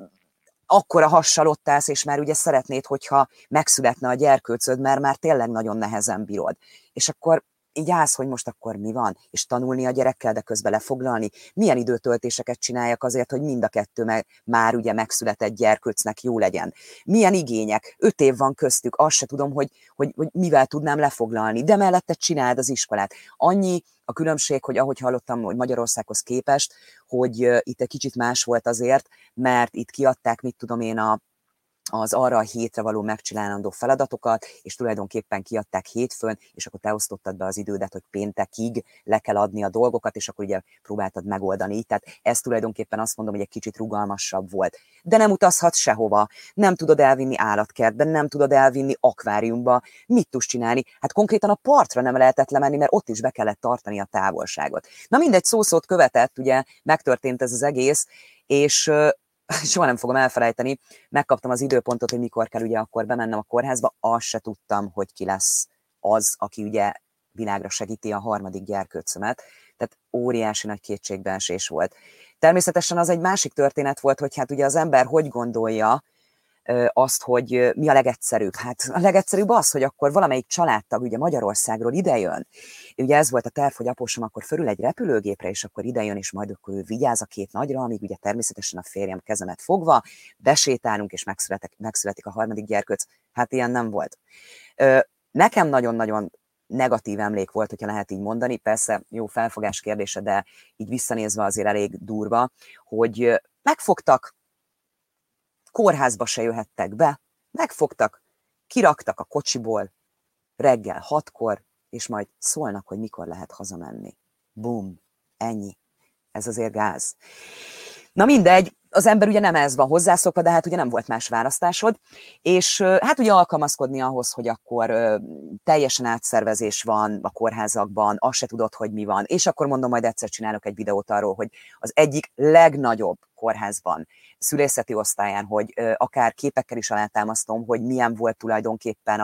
akkora hassal ott állsz, és már ugye szeretnéd, hogyha megszületne a gyerkőcöd, mert már tényleg nagyon nehezen bírod. És akkor így állsz, hogy most akkor mi van, és tanulni a gyerekkel, de közben lefoglalni. Milyen időtöltéseket csináljak azért, hogy mind a kettő már ugye megszületett gyerkőcnek jó legyen. Milyen igények, 5 év van köztük, azt se tudom, hogy mivel tudnám lefoglalni, de mellette csináld az iskolát. Annyi a különbség, hogy ahogy hallottam, hogy Magyarországhoz képest, hogy itt egy kicsit más volt azért, mert itt kiadták, mit tudom én, az arra a hétre való megcsinálandó feladatokat, és tulajdonképpen kiadták hétfőn, és akkor te osztottad be az idődet, hogy péntekig le kell adni a dolgokat, és akkor ugye próbáltad megoldani így. Tehát ez tulajdonképpen azt mondom, hogy egy kicsit rugalmasabb volt. De nem utazhatsz sehova, nem tudod elvinni állatkertbe, nem tudod elvinni akváriumba, mit tudsz csinálni? Hát konkrétan a partra nem lehetett lemenni, mert ott is be kellett tartani a távolságot. Na mindegy, szó-szót követett, ugye megtörtént ez az egész, és soha nem fogom elfelejteni, megkaptam az időpontot, hogy mikor kell ugye akkor bemennem a kórházba, azt se tudtam, hogy ki lesz az, aki ugye világra segíti a harmadik gyerkőcömet, tehát óriási nagy kétségbeesés volt. Természetesen az egy másik történet volt, hogy hát ugye az ember hogy gondolja azt, hogy mi a legegyszerűbb. Hát a legegyszerűbb az, hogy akkor valamelyik családtag ugye Magyarországról idejön. Ugye ez volt a terv, hogy apósom akkor fölül egy repülőgépre, és akkor idejön, és majd akkor ő vigyáz a 2 nagyra, amíg ugye természetesen a férjem kezemet fogva, besétálunk, és megszületik a harmadik gyerkőc. Hát ilyen nem volt. Nekem nagyon-nagyon negatív emlék volt, hogyha lehet így mondani, persze jó felfogás kérdése, de így visszanézve azért elég durva, hogy megfogtak, kórházba se jöhettek be, megfogtak, kiraktak a kocsiból reggel 6-kor, és majd szólnak, hogy mikor lehet hazamenni. Bum, ennyi. Ez azért gáz. Na mindegy, az ember ugye nem ez van hozzászokva, de hát ugye nem volt más választásod, és hát ugye alkalmazkodni ahhoz, hogy akkor teljesen átszervezés van a kórházakban, azt se tudod, hogy mi van, és akkor mondom, majd egyszer csinálok egy videót arról, hogy az egyik legnagyobb kórházban, szülészeti osztályán, hogy akár képekkel is alátámasztom, hogy milyen volt tulajdonképpen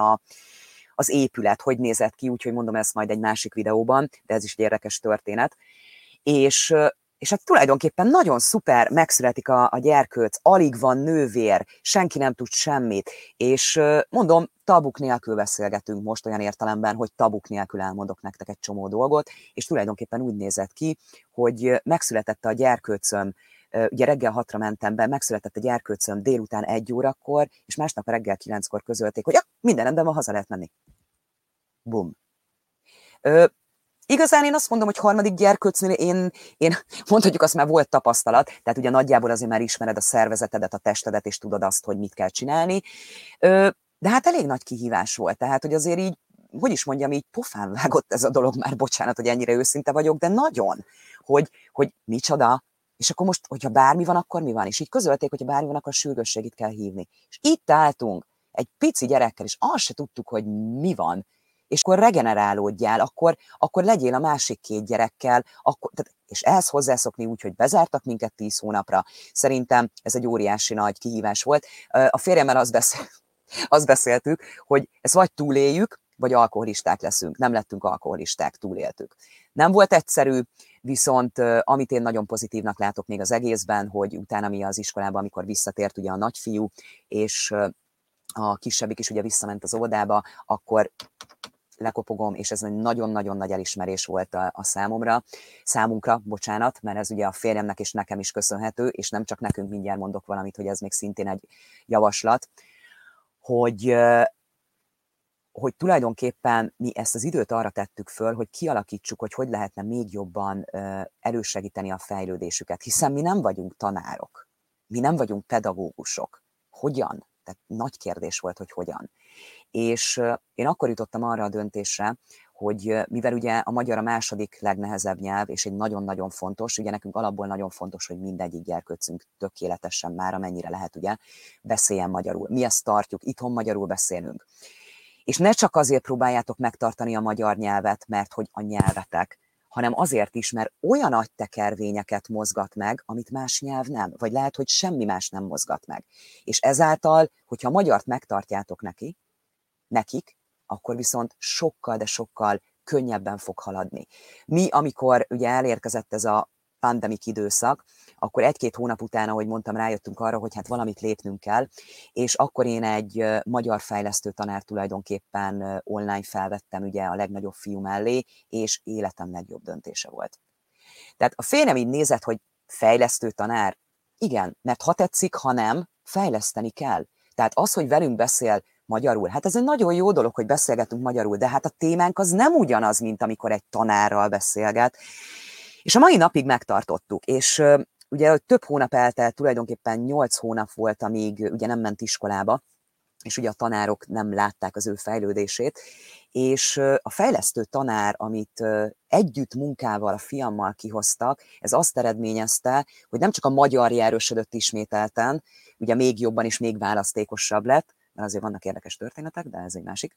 az épület, hogy nézett ki, úgyhogy mondom ezt majd egy másik videóban, de ez is egy érdekes történet. És És hát tulajdonképpen nagyon szuper, megszületik a gyerkőc, alig van nővér, senki nem tud semmit, és mondom, tabuk nélkül beszélgetünk most olyan értelemben, hogy tabuk nélkül elmondok nektek egy csomó dolgot, és tulajdonképpen úgy nézett ki, hogy megszületett a gyerkőcöm, ugye reggel 6-ra mentem be, megszületett a gyerkőcöm délután 1 órakor, és másnap reggel 9-kor közölték, hogy ja, minden rendben van, haza lehet menni. Bum. Igazán én azt mondom, hogy harmadik gyerkőcnél én mondhatjuk azt, már volt tapasztalat, tehát ugye nagyjából azért már ismered a szervezetedet, a testedet, és tudod azt, hogy mit kell csinálni. De hát elég nagy kihívás volt, tehát hogy azért így, hogy is mondjam, így pofán vágott ez a dolog, már bocsánat, hogy ennyire őszinte vagyok, de nagyon, hogy micsoda, és akkor most, hogyha bármi van, akkor mi van? És így közölték, hogyha bármi van, akkor sürgősségit kell hívni. És itt álltunk egy pici gyerekkel, és azt se tudtuk, hogy mi van, és akkor regenerálódjál, akkor legyél a másik 2 gyerekkel, és ehhez hozzászokni úgy, hogy bezártak minket 10 hónapra. Szerintem ez egy óriási nagy kihívás volt. A férjemmel azt beszéltük, hogy ezt vagy túléljük, vagy alkoholisták leszünk. Nem lettünk alkoholisták, túléltük. Nem volt egyszerű, viszont amit én nagyon pozitívnak látok még az egészben, hogy utána mi az iskolában, amikor visszatért ugye a nagyfiú, és a kisebbik is ugye visszament az óvodába, akkor lekopogom, és ez egy nagyon-nagyon nagy elismerés volt a számunkra, bocsánat, mert ez ugye a férjemnek és nekem is köszönhető, és nem csak nekünk, mindjárt mondok valamit, hogy ez még szintén egy javaslat, hogy tulajdonképpen mi ezt az időt arra tettük föl, hogy kialakítsuk, hogy lehetne még jobban elősegíteni a fejlődésüket, hiszen mi nem vagyunk tanárok, mi nem vagyunk pedagógusok. Hogyan? Tehát nagy kérdés volt, hogy hogyan. És én akkor jutottam arra a döntésre, hogy mivel ugye a magyar a második legnehezebb nyelv, és egy nagyon-nagyon fontos, ugye nekünk alapból nagyon fontos, hogy mindegyik gyerkőcünk tökéletesen már, amennyire lehet, ugye, beszéljen magyarul. Mi ezt tartjuk, itthon magyarul beszélünk. És ne csak azért próbáljátok megtartani a magyar nyelvet, mert hogy a nyelvetek, hanem azért is, mert olyan agytekervényeket mozgat meg, amit más nyelv nem, vagy lehet, hogy semmi más nem mozgat meg. És ezáltal, hogyha a magyart megtartjátok nekik, akkor viszont sokkal, de sokkal könnyebben fog haladni. Mi, amikor ugye elérkezett ez a pandemik időszak, akkor 1-2 hónap után, ahogy mondtam, rájöttünk arra, hogy hát valamit lépnünk kell, és akkor én egy magyar fejlesztő tanár tulajdonképpen online felvettem ugye a legnagyobb fiú mellé, és életem legjobb döntése volt. Tehát a férjem így nézett, hogy fejlesztő tanár, igen, mert ha tetszik, ha nem, fejleszteni kell. Tehát az, hogy velünk beszél magyarul, hát ez egy nagyon jó dolog, hogy beszélgetünk magyarul, de hát a témánk az nem ugyanaz, mint amikor egy tanárral beszélget. És a mai napig megtartottuk, és ugye több hónap eltelt, tulajdonképpen 8 hónap volt, amíg ugye nem ment iskolába, és ugye a tanárok nem látták az ő fejlődését, és a fejlesztő tanár, amit együtt munkával a fiammal kihoztak, ez azt eredményezte, hogy nem csak a magyarja erősödött ismételten, ugye még jobban és még választékosabb lett, mert azért vannak érdekes történetek, de ez egy másik,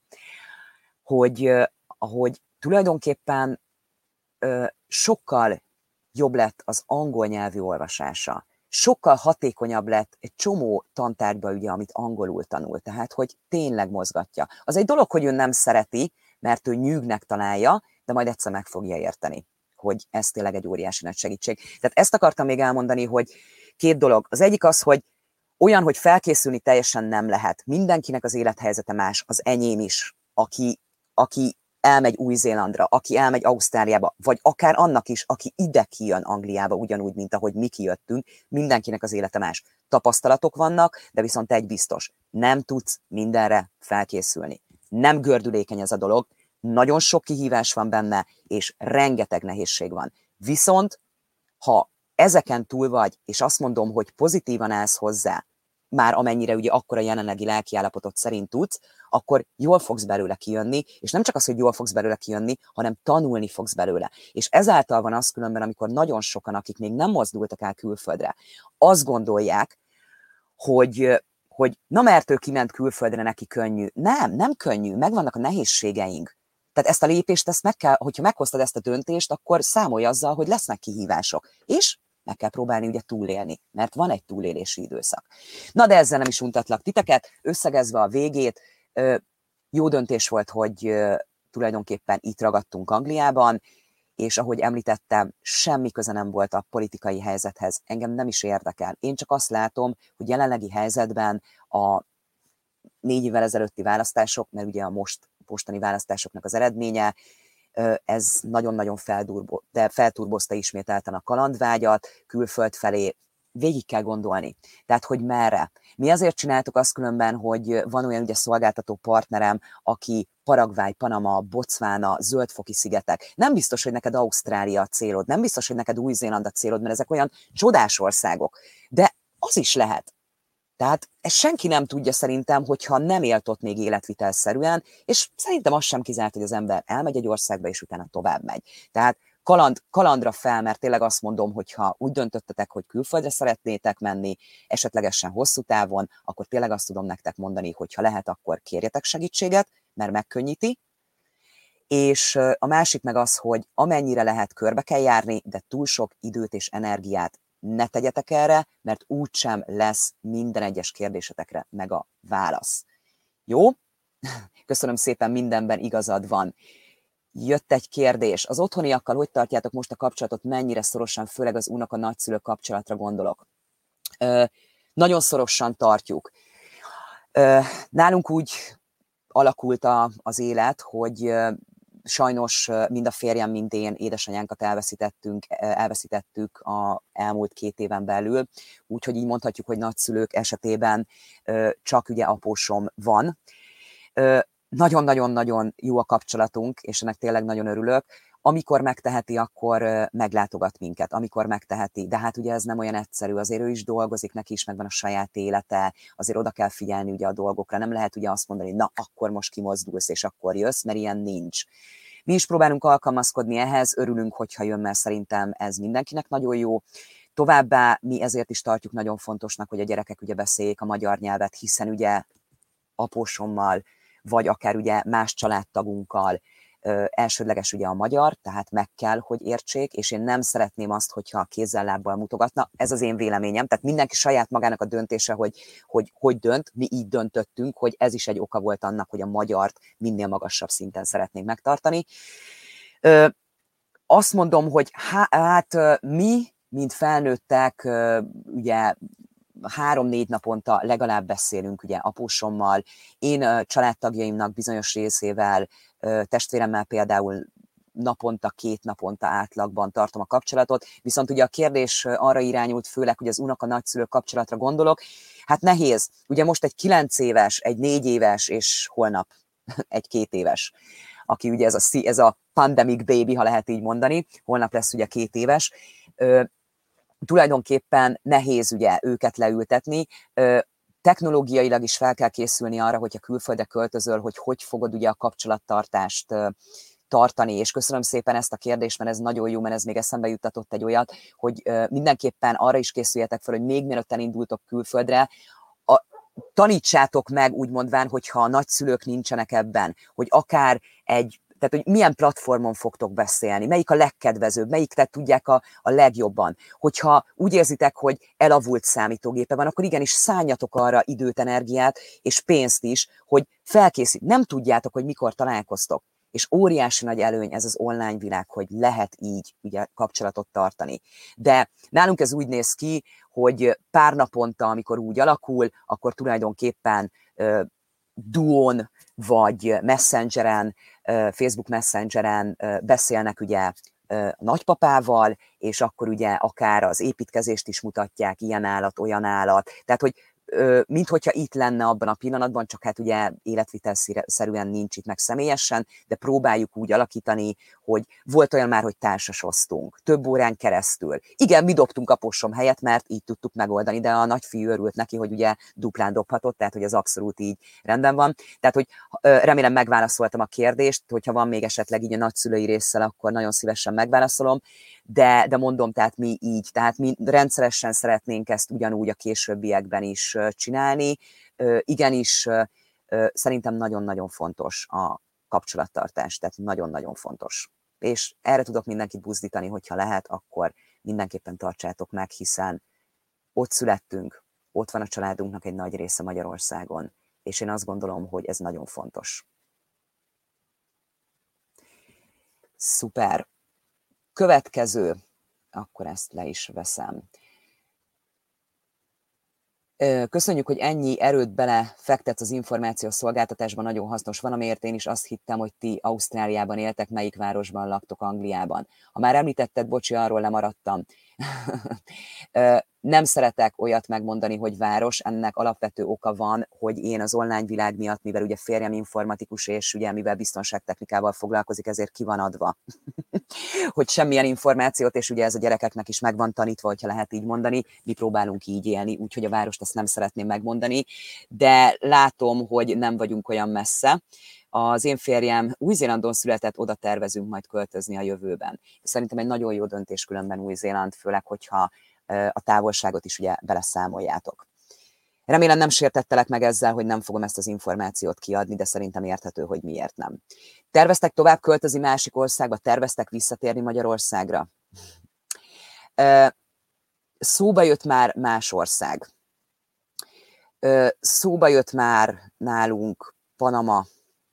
hogy tulajdonképpen sokkal jobb lett az angol nyelvű olvasása. Sokkal hatékonyabb lett egy csomó tantárgyba, ugye, amit angolul tanul, tehát hogy tényleg mozgatja. Az egy dolog, hogy ő nem szereti, mert ő nyűgnek találja, de majd egyszer meg fogja érteni, hogy ez tényleg egy óriási nagy segítség. Tehát ezt akartam még elmondani, hogy 2 dolog. Az egyik az, hogy olyan, hogy felkészülni teljesen nem lehet. Mindenkinek az élethelyzete más, az enyém is, aki elmegy Új-Zélandra, aki elmegy Ausztráliába, vagy akár annak is, aki ide kijön Angliába, ugyanúgy, mint ahogy mi kijöttünk, mindenkinek az élete más. Tapasztalatok vannak, de viszont egy biztos, nem tudsz mindenre felkészülni. Nem gördülékeny ez a dolog, nagyon sok kihívás van benne, és rengeteg nehézség van. Viszont, ha ezeken túl vagy, és azt mondom, hogy pozitívan állsz hozzá, már amennyire ugye akkor a jelenlegi lelkiállapotod szerint tudsz, akkor jól fogsz belőle kijönni, és nem csak az, hogy jól fogsz belőle kijönni, hanem tanulni fogsz belőle. És ezáltal van az különben, amikor nagyon sokan, akik még nem mozdultak el külföldre, azt gondolják, hogy na mert ő kiment külföldre, neki könnyű. Nem könnyű, megvannak a nehézségeink. Tehát ezt a lépést, hogyha meghoztad ezt a döntést, akkor számolj azzal, hogy lesznek kihívások. És meg kell próbálni ugye túlélni, mert van egy túlélési időszak. Na de ezzel nem is untatlak titeket, összegezve a végét, jó döntés volt, hogy tulajdonképpen itt ragadtunk Angliában, és ahogy említettem, semmi köze nem volt a politikai helyzethez, engem nem is érdekel. Én csak azt látom, hogy jelenlegi helyzetben a 4 évvel ezelőtti választások, mert ugye a mostani választásoknak az eredménye, ez nagyon-nagyon felturbozta ismételten a kalandvágyat, külföld felé, végig kell gondolni. Tehát, hogy merre. Mi azért csináltuk azt különben, hogy van olyan ugye szolgáltató partnerem, aki Paraguay, Panama, Botswana, Zöld-foki szigetek. Nem biztos, hogy neked Ausztrália a célod, nem biztos, hogy neked Új-Zéland a célod, mert ezek olyan csodás országok. De az is lehet. Tehát ezt senki nem tudja szerintem, hogyha nem élt ott még életvitelszerűen, és szerintem az sem kizárt, hogy az ember elmegy egy országba, és utána tovább megy. Tehát kalandra fel, mert tényleg azt mondom, hogyha úgy döntöttetek, hogy külföldre szeretnétek menni, esetlegesen hosszú távon, akkor tényleg azt tudom nektek mondani, hogy ha lehet, akkor kérjetek segítséget, mert megkönnyíti. És a másik meg az, hogy amennyire lehet körbe kell járni, de túl sok időt és energiát ne tegyetek erre, mert úgysem lesz minden egyes kérdésetekre meg a válasz. Jó? Köszönöm szépen, mindenben igazad van. Jött egy kérdés. Az otthoniakkal hogy tartjátok most a kapcsolatot, mennyire szorosan, főleg az unoka nagyszülők kapcsolatra gondolok? Nagyon szorosan tartjuk. Nálunk úgy alakult az élet, hogy sajnos mind a férjem, mind én édesanyánkat elveszítettük az elmúlt 2 éven belül, úgyhogy így mondhatjuk, hogy nagyszülők esetében csak ugye apósom van. Nagyon-nagyon-nagyon jó a kapcsolatunk, és ennek tényleg nagyon örülök. Amikor megteheti, akkor meglátogat minket, amikor megteheti. De hát ugye ez nem olyan egyszerű, azért ő is dolgozik, neki is megvan a saját élete, azért oda kell figyelni ugye a dolgokra. Nem lehet ugye azt mondani, na akkor most kimozdulsz, és akkor jössz, mert ilyen nincs. Mi is próbálunk alkalmazkodni ehhez, örülünk, hogyha jön, mert szerintem ez mindenkinek nagyon jó. Továbbá mi ezért is tartjuk nagyon fontosnak, hogy a gyerekek ugye beszéljék a magyar nyelvet, hiszen ugye apósommal, vagy akár ugye más családtagunkkal elsődleges ugye a magyar, tehát meg kell, hogy értsék, és én nem szeretném azt, hogyha kézzel-lábbal mutogatna. Ez az én véleményem, tehát mindenki saját magának a döntése, hogy dönt, mi így döntöttünk, hogy ez is egy oka volt annak, hogy a magyart minél magasabb szinten szeretnénk megtartani. Azt mondom, hogy hát mi, mint felnőttek, ugye 3-4 naponta legalább beszélünk ugye apósommal, én családtagjaimnak bizonyos részével, testvéremmel például naponta, 2 naponta átlagban tartom a kapcsolatot, viszont ugye a kérdés arra irányult főleg, hogy az unoka nagyszülők kapcsolatra gondolok, hát nehéz. Ugye most egy 9 éves, egy 4 éves, és holnap egy 2 éves, aki ugye ez a pandemic baby, ha lehet így mondani, holnap lesz ugye 2 éves, tulajdonképpen nehéz ugye őket leültetni, technológiailag is fel kell készülni arra, hogyha külföldre költözöl, hogy fogod ugye a kapcsolattartást tartani, és köszönöm szépen ezt a kérdést, mert ez nagyon jó, mert ez még eszembe juttatott egy olyat, hogy mindenképpen arra is készüljetek fel, hogy még mielőtt elindultok külföldre, tanítsátok meg úgy mondván, hogyha a nagyszülők nincsenek ebben, hogy akár tehát, hogy milyen platformon fogtok beszélni, melyik a legkedvezőbb, melyiket tudják a legjobban. Hogyha úgy érzitek, hogy elavult számítógépe van, akkor igenis szálljatok arra időt, energiát és pénzt is, hogy nem tudjátok, hogy mikor találkoztok. És óriási nagy előny ez az online világ, hogy lehet így ugye kapcsolatot tartani. De nálunk ez úgy néz ki, hogy pár naponta, amikor úgy alakul, akkor tulajdonképpen Duon vagy Messengeren, Facebook Messengeren beszélnek ugye nagypapával, és akkor ugye akár az építkezést is mutatják, ilyen állat, olyan állat. Tehát, hogy minthogyha itt lenne abban a pillanatban, csak hát ugye életvitelszerűen nincs itt meg személyesen, de próbáljuk úgy alakítani, hogy volt olyan már, hogy társasoztunk, több órán keresztül. Igen, mi dobtunk apósom helyet, mert így tudtuk megoldani, de a nagyfiú örült neki, hogy ugye duplán dobhatott, tehát hogy az abszolút így rendben van. Tehát, hogy remélem megválaszoltam a kérdést, hogyha van még esetleg így a nagyszülői résszel, akkor nagyon szívesen megválaszolom, de mondom, tehát mi így, tehát mi rendszeresen szeretnénk ezt ugyanúgy a későbbiekben is csinálni. Igenis, szerintem nagyon-nagyon fontos a kapcsolattartás, tehát nagyon-nagyon fontos. És erre tudok mindenkit buzdítani, hogyha lehet, akkor mindenképpen tartsátok meg, hiszen ott születtünk, ott van a családunknak egy nagy része Magyarországon, és én azt gondolom, hogy ez nagyon fontos. Szuper! Következő, akkor ezt le is veszem. Köszönjük, hogy ennyi erőt belefektetsz az információszolgáltatásban, nagyon hasznos. Van, amiért én is azt hittem, hogy ti Ausztráliában éltek, melyik városban laktok Angliában. Ha már említetted, bocsi, arról lemaradtam. Nem szeretek olyat megmondani, hogy város, ennek alapvető oka van, hogy én az online világ miatt, mivel ugye férjem informatikus, és ugye mivel biztonságtechnikával foglalkozik, ezért ki van adva, hogy semmilyen információt, és ugye ez a gyerekeknek is meg van tanítva, hogyha lehet így mondani, mi próbálunk így élni, úgyhogy a várost ezt nem szeretném megmondani, de látom, hogy nem vagyunk olyan messze. Az én férjem Új-Zélandon született, oda tervezünk majd költözni a jövőben. Szerintem egy nagyon jó döntés különben Új-Zéland, főleg, hogyha a távolságot is ugye beleszámoljátok. Remélem nem sértettelek meg ezzel, hogy nem fogom ezt az információt kiadni, de szerintem érthető, hogy miért nem. Terveztek tovább költözni másik országba? Terveztek visszatérni Magyarországra? Szóba jött már más ország. Szóba jött már nálunk Panama.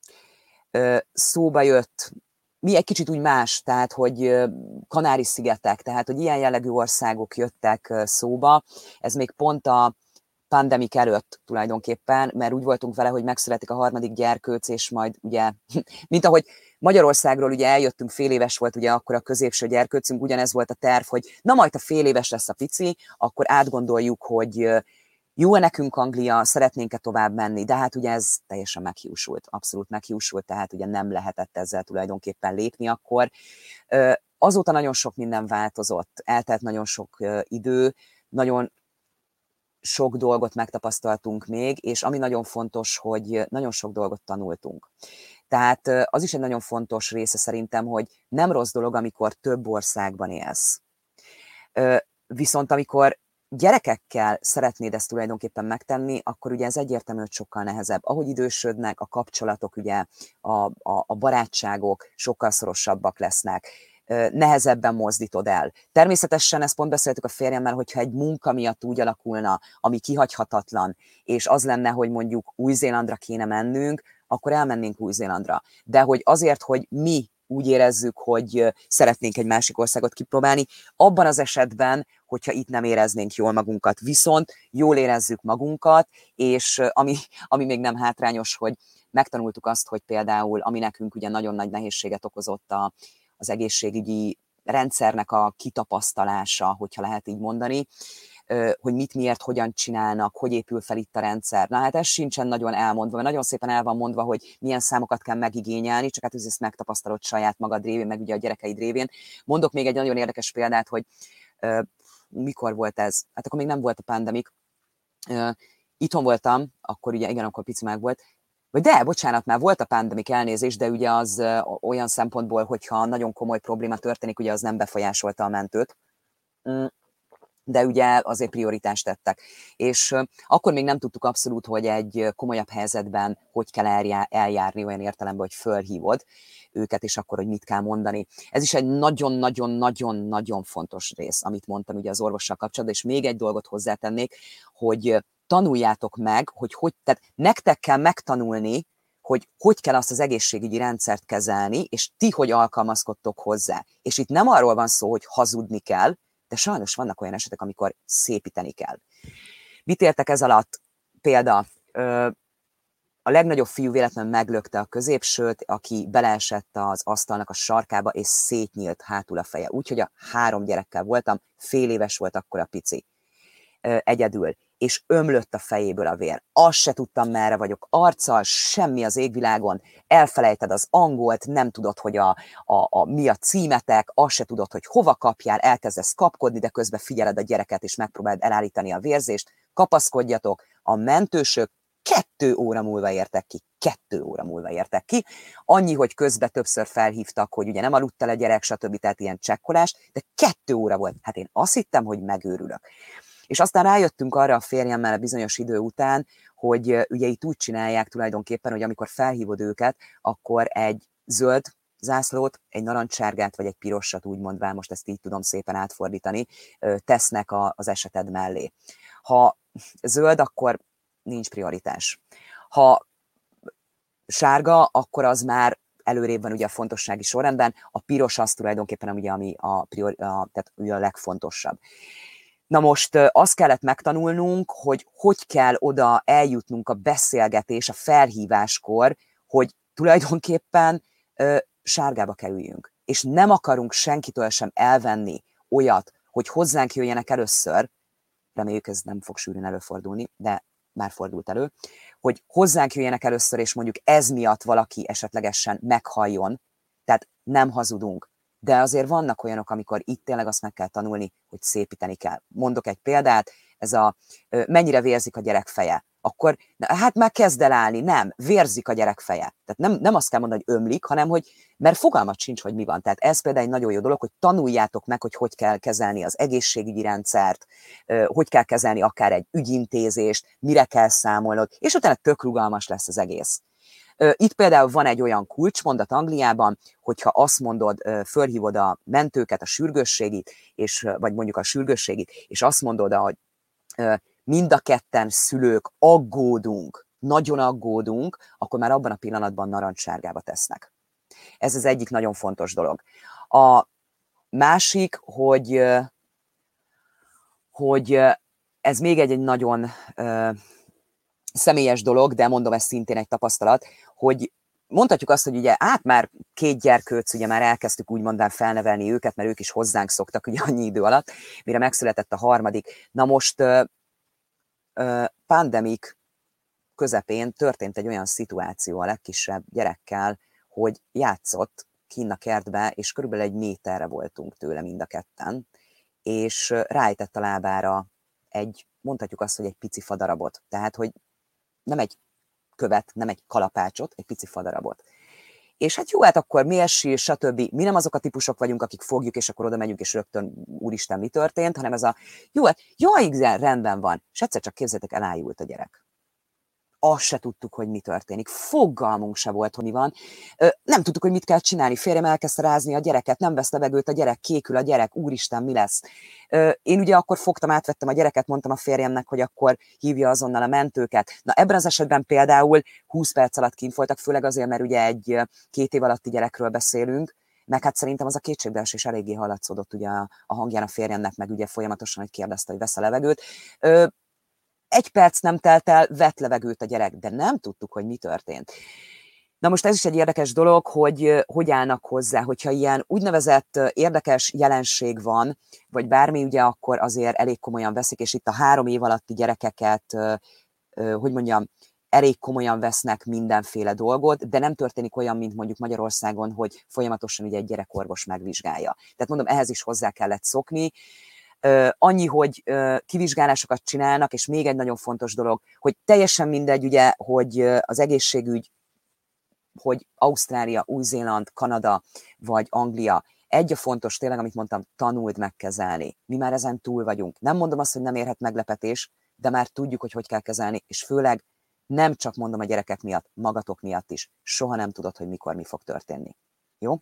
Szóba jött, mi egy kicsit úgy más, tehát hogy Kanári-szigetek, tehát hogy ilyen jellegű országok jöttek szóba. Ez még pont a pandemik előtt tulajdonképpen, mert úgy voltunk vele, hogy megszületik a harmadik gyerkőc, és majd ugye, mint ahogy Magyarországról ugye eljöttünk, fél éves volt ugye akkor a középső gyerkőcünk, ugyanez volt a terv, hogy na majd a fél éves lesz a pici, akkor átgondoljuk, hogy jó-e nekünk Anglia, szeretnénk-e tovább menni, de hát ugye ez teljesen meghiúsult, abszolút meghiúsult, tehát ugye nem lehetett ezzel tulajdonképpen lépni akkor. Azóta nagyon sok minden változott, eltelt nagyon sok idő, nagyon sok dolgot megtapasztaltunk még, és ami nagyon fontos, hogy nagyon sok dolgot tanultunk. Tehát az is egy nagyon fontos része szerintem, hogy nem rossz dolog, amikor több országban élsz. Viszont amikor gyerekekkel szeretnéd ezt tulajdonképpen megtenni, akkor ugye ez egyértelmű, hogy sokkal nehezebb. Ahogy idősödnek, a kapcsolatok, ugye a barátságok sokkal szorosabbak lesznek, nehezebben mozdítod el. Természetesen ezt pont beszéltük a férjemmel, hogyha egy munka miatt úgy alakulna, ami kihagyhatatlan, és az lenne, hogy mondjuk Új-Zélandra kéne mennünk, akkor elmennénk Új-Zélandra. De hogy azért, hogy mi úgy érezzük, hogy szeretnénk egy másik országot kipróbálni, abban az esetben, hogyha itt nem éreznénk jól magunkat, viszont jól érezzük magunkat, és ami még nem hátrányos, hogy megtanultuk azt, hogy például, ami nekünk ugye nagyon nagy nehézséget okozott az egészségügyi rendszernek a kitapasztalása, hogyha lehet így mondani, hogy mit, miért, hogyan csinálnak, hogy épül fel itt a rendszer. Na hát ez sincsen nagyon elmondva, mert nagyon szépen el van mondva, hogy milyen számokat kell megigényelni, csak hát ezt megtapasztalod saját magad révén, meg ugye a gyerekeid révén. Mondok még egy nagyon érdekes példát, hogy mikor volt ez? Hát akkor még nem volt a pandemik. Itthon voltam, akkor ugye igen, akkor pici meg volt, vagy de, bocsánat, már volt a pandemik, elnézés, de ugye az olyan szempontból, hogyha nagyon komoly probléma történik, ugye az nem befolyásolta a mentőt, de ugye azért prioritást tettek. És akkor még nem tudtuk abszolút, hogy egy komolyabb helyzetben hogy kell eljárni olyan értelemben, hogy fölhívod őket, és akkor, hogy mit kell mondani. Ez is egy nagyon-nagyon-nagyon-nagyon fontos rész, amit mondtam ugye az orvossal kapcsolatban, és még egy dolgot hozzátennék, hogy tanuljátok meg, hogy tehát nektek kell megtanulni, hogy kell azt az egészségügyi rendszert kezelni, és ti hogy alkalmazkodtok hozzá. És itt nem arról van szó, hogy hazudni kell, de sajnos vannak olyan esetek, amikor szépíteni kell. Mit értek ez alatt? Példa, a legnagyobb fiú véletlenül meglökte a középsőt, aki beleesett az asztalnak a sarkába, és szétnyílt hátul a feje. Úgyhogy a 3 gyerekkel voltam, fél éves volt akkor a pici. Egyedül, és ömlött a fejéből a vér. Azt se tudtam, merre vagyok, arccal, semmi az égvilágon, elfelejted az angolt, nem tudod, hogy mi a címetek, azt se tudod, hogy hova kapjál, elkezdesz kapkodni, de közben figyeled a gyereket, és megpróbálod elállítani a vérzést, kapaszkodjatok, a mentősök 2 óra múlva értek ki. 2 óra múlva értek ki. Annyi, hogy közben többször felhívtak, hogy ugye nem aludt el a gyerek, stb. Tehát ilyen csekkolás, de 2 óra volt. Hát én azt hittem, hogy megőrülök. És aztán rájöttünk arra a férjemmel a bizonyos idő után, hogy ugye itt úgy csinálják tulajdonképpen, hogy amikor felhívod őket, akkor egy zöld zászlót, egy narancssárgát vagy egy pirosat, úgy mondván, most ezt így tudom szépen átfordítani, tesznek az eseted mellé. Ha zöld, akkor nincs prioritás. Ha sárga, akkor az már előrébb van ugye a fontossági sorrendben, a piros az tulajdonképpen ugye, ami tehát ugye a legfontosabb. Na most azt kellett megtanulnunk, hogy kell oda eljutnunk a beszélgetés, a felhíváskor, hogy tulajdonképpen sárgába kerüljünk. És nem akarunk senkitől sem elvenni olyat, hogy hozzánk jöjjenek először, reméljük ez nem fog sűrűn előfordulni, de már fordult elő, hogy hozzánk jöjjenek először, és mondjuk ez miatt valaki esetlegesen meghalljon, tehát nem hazudunk. De azért vannak olyanok, amikor itt tényleg azt meg kell tanulni, hogy szépíteni kell. Mondok egy példát, ez a mennyire vérzik a gyerek feje. Akkor hát már kezd el állni, nem, vérzik a gyerek feje. Tehát nem azt kell mondani, hogy ömlik, hanem hogy, mert fogalmat sincs, hogy mi van. Tehát ez például egy nagyon jó dolog, hogy tanuljátok meg, hogy kell kezelni az egészségügyi rendszert, hogy kell kezelni akár egy ügyintézést, mire kell számolnod, és utána tök rugalmas lesz az egész. Itt például van egy olyan kulcsmondat Angliában, hogyha azt mondod, fölhívod a mentőket, a sürgősségit, vagy mondjuk a sürgősségit, és azt mondod, hogy mind a ketten szülők aggódunk, nagyon aggódunk, akkor már abban a pillanatban narancssárgába tesznek. Ez az egyik nagyon fontos dolog. A másik, hogy ez még egy nagyon személyes dolog, de mondom, ez szintén egy tapasztalat, hogy mondhatjuk azt, hogy ugye már 2 gyerkőc, ugye már elkezdtük úgymond felnevelni őket, mert ők is hozzánk szoktak ugye annyi idő alatt, mire megszületett a harmadik. Na most pandemik közepén történt egy olyan szituáció a legkisebb gyerekkel, hogy játszott kinn a kertbe, és körülbelül 1 méterre voltunk tőle mind a ketten, és ráejtett a lábára mondhatjuk azt, hogy egy pici fadarabot. Tehát, hogy nem egy követ, nem egy kalapácsot, egy pici fadarabot. És hát jó, hát akkor miért sír, stb. Mi nem azok a típusok vagyunk, akik fogjuk, és akkor oda megyünk, és rögtön úristen, mi történt, hanem ez jó, hát jó, igen, rendben van. És egyszer csak képzeljétek, elájult a gyerek. Azt se tudtuk, hogy mi történik. Fogalmunk se volt, hogy mi van. Nem tudtuk, hogy mit kell csinálni. Férjem elkezdte rázni a gyereket, nem vesz levegőt a gyerek, kékül a gyerek, úristen, mi lesz? Én ugye akkor átvettem a gyereket, mondtam a férjemnek, hogy akkor hívja azonnal a mentőket. Na ebben az esetben például 20 perc alatt kint voltak, főleg azért, mert ugye egy 2 év alatti gyerekről beszélünk, meg hát szerintem az a kétségbeesés eléggé hallatszódott ugye a hangján a férjemnek, meg ugye folyamatosan, hogy kérdezte, hogy vesz a levegőt. 1 perc nem telt el, vett levegőt a gyerek, de nem tudtuk, hogy mi történt. Na most ez is egy érdekes dolog, hogy állnak hozzá, hogyha ilyen úgynevezett érdekes jelenség van, vagy bármi, ugye akkor azért elég komolyan veszik, és itt a 3 év alatti gyerekeket, elég komolyan vesznek mindenféle dolgot, de nem történik olyan, mint mondjuk Magyarországon, hogy folyamatosan ugye egy gyerekorvos megvizsgálja. Tehát mondom, ehhez is hozzá kellett szokni. Annyi, hogy kivizsgálásokat csinálnak, és még egy nagyon fontos dolog, hogy teljesen mindegy, ugye, hogy az egészségügy, hogy Ausztrália, Új-Zéland, Kanada vagy Anglia, egy a fontos tényleg, amit mondtam, tanuld megkezelni. Mi már ezen túl vagyunk. Nem mondom azt, hogy nem érhet meglepetés, de már tudjuk, hogy kell kezelni, és főleg nem csak mondom a gyerekek miatt, magatok miatt is. Soha nem tudod, hogy mikor mi fog történni. Jó?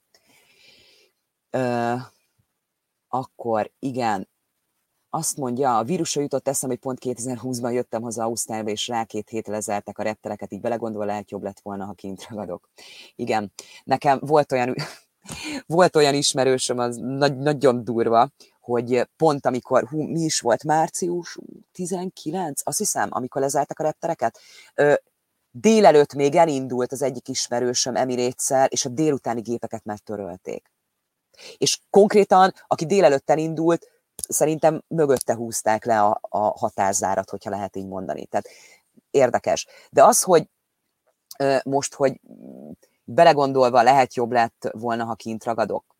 Akkor igen, azt mondja, a vírusra jutott eszem, hogy pont 2020-ban jöttem haza Ausztráliába, és rá 2 hétre lezártak a reptereket, így belegondolva lehet jobb lett volna, ha kint ragadok. Igen, nekem volt olyan ismerősöm, az nagyon durva, hogy pont amikor, mi is volt, március 19, azt hiszem, amikor lezártak a reptereket, délelőtt még elindult az egyik ismerősöm Emirates-szel, és a délutáni gépeket már törölték. És konkrétan, aki délelőtt elindult, szerintem mögötte húzták le a határzárat, hogyha lehet így mondani. Tehát érdekes. De az, hogy most, hogy belegondolva lehet jobb lett volna, ha kint ragadok.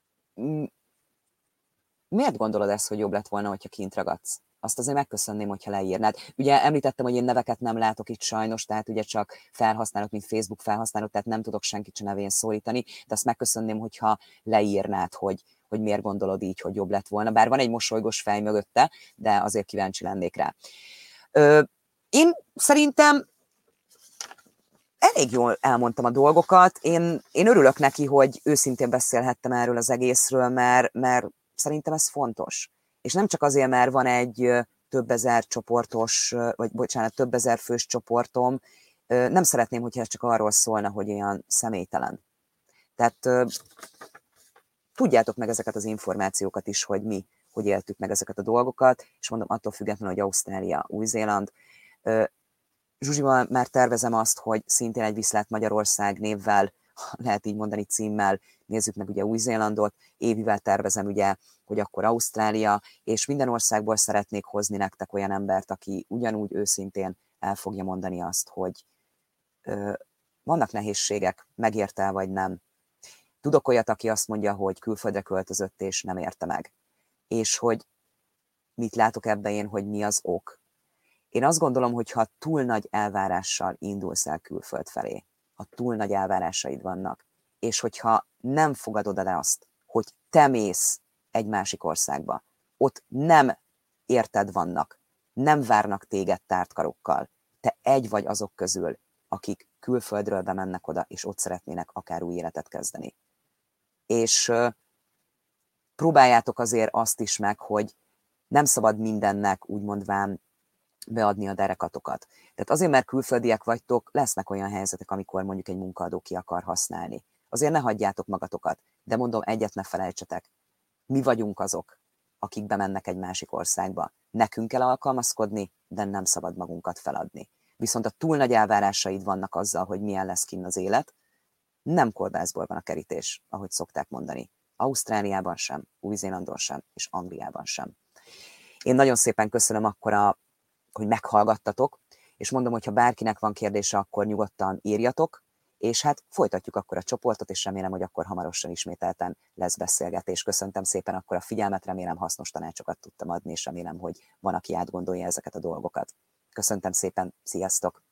Miért gondolod ezt, hogy jobb lett volna, hogyha kint ragadsz? Azt azért megköszönném, hogyha leírnád. Ugye említettem, hogy én neveket nem látok itt sajnos, tehát ugye csak felhasználok, mint Facebook felhasználók, tehát nem tudok senkit sem nevén szólítani, de azt megköszönném, hogyha leírnád, hogy miért gondolod így, hogy jobb lett volna. Bár van egy mosolygós fej mögötte, de azért kíváncsi lennék rá. Én szerintem elég jól elmondtam a dolgokat. Én örülök neki, hogy őszintén beszélhettem erről az egészről, mert szerintem ez fontos. És nem csak azért, mert van egy több ezer több ezer fős csoportom, nem szeretném, hogyha ez csak arról szólna, hogy olyan személytelen. Tehát tudjátok meg ezeket az információkat is, hogy mi hogy éltük meg ezeket a dolgokat, és mondom, attól függetlenül, hogy Ausztrália, Új-Zéland. Zsuzsival már tervezem azt, hogy szintén egy Viszlát Magyarország névvel, lehet így mondani címmel, nézzük meg ugye Új-Zélandot, Évivel tervezem ugye, hogy akkor Ausztrália, és minden országból szeretnék hozni nektek olyan embert, aki ugyanúgy őszintén el fogja mondani azt, hogy vannak nehézségek, megérte vagy nem. Tudok olyat, aki azt mondja, hogy külföldre költözött és nem érte meg. És hogy mit látok ebben én, hogy mi az ok. Én azt gondolom, hogy ha túl nagy elvárással indulsz el külföld felé, ha túl nagy elvárásaid vannak, és hogyha nem fogadod el azt, hogy te mész egy másik országba, ott nem érted vannak, nem várnak téged tártkarokkal, te egy vagy azok közül, akik külföldről bemennek oda, és ott szeretnének akár új életet kezdeni. És próbáljátok azért azt is meg, hogy nem szabad mindennek úgy mondván beadni a derekatokat. Tehát azért, mert külföldiek vagytok, lesznek olyan helyzetek, amikor mondjuk egy munkaadó ki akar használni. Azért ne hagyjátok magatokat, de mondom, egyet ne felejtsetek. Mi vagyunk azok, akik bemennek egy másik országba. Nekünk kell alkalmazkodni, de nem szabad magunkat feladni. Viszont a túl nagy elvárásaid vannak azzal, hogy milyen lesz kinn az élet, nem kolbászból van a kerítés, ahogy szokták mondani. Ausztráliában sem, Új-Zélandon sem, és Angliában sem. Én nagyon szépen köszönöm akkor, hogy meghallgattatok, és mondom, hogy ha bárkinek van kérdése, akkor nyugodtan írjatok, és hát folytatjuk akkor a csoportot, és remélem, hogy akkor hamarosan ismételten lesz beszélgetés. Köszöntem szépen akkor a figyelmet, remélem hasznos tanácsokat tudtam adni, és remélem, hogy van, aki átgondolja ezeket a dolgokat. Köszöntem szépen, sziasztok!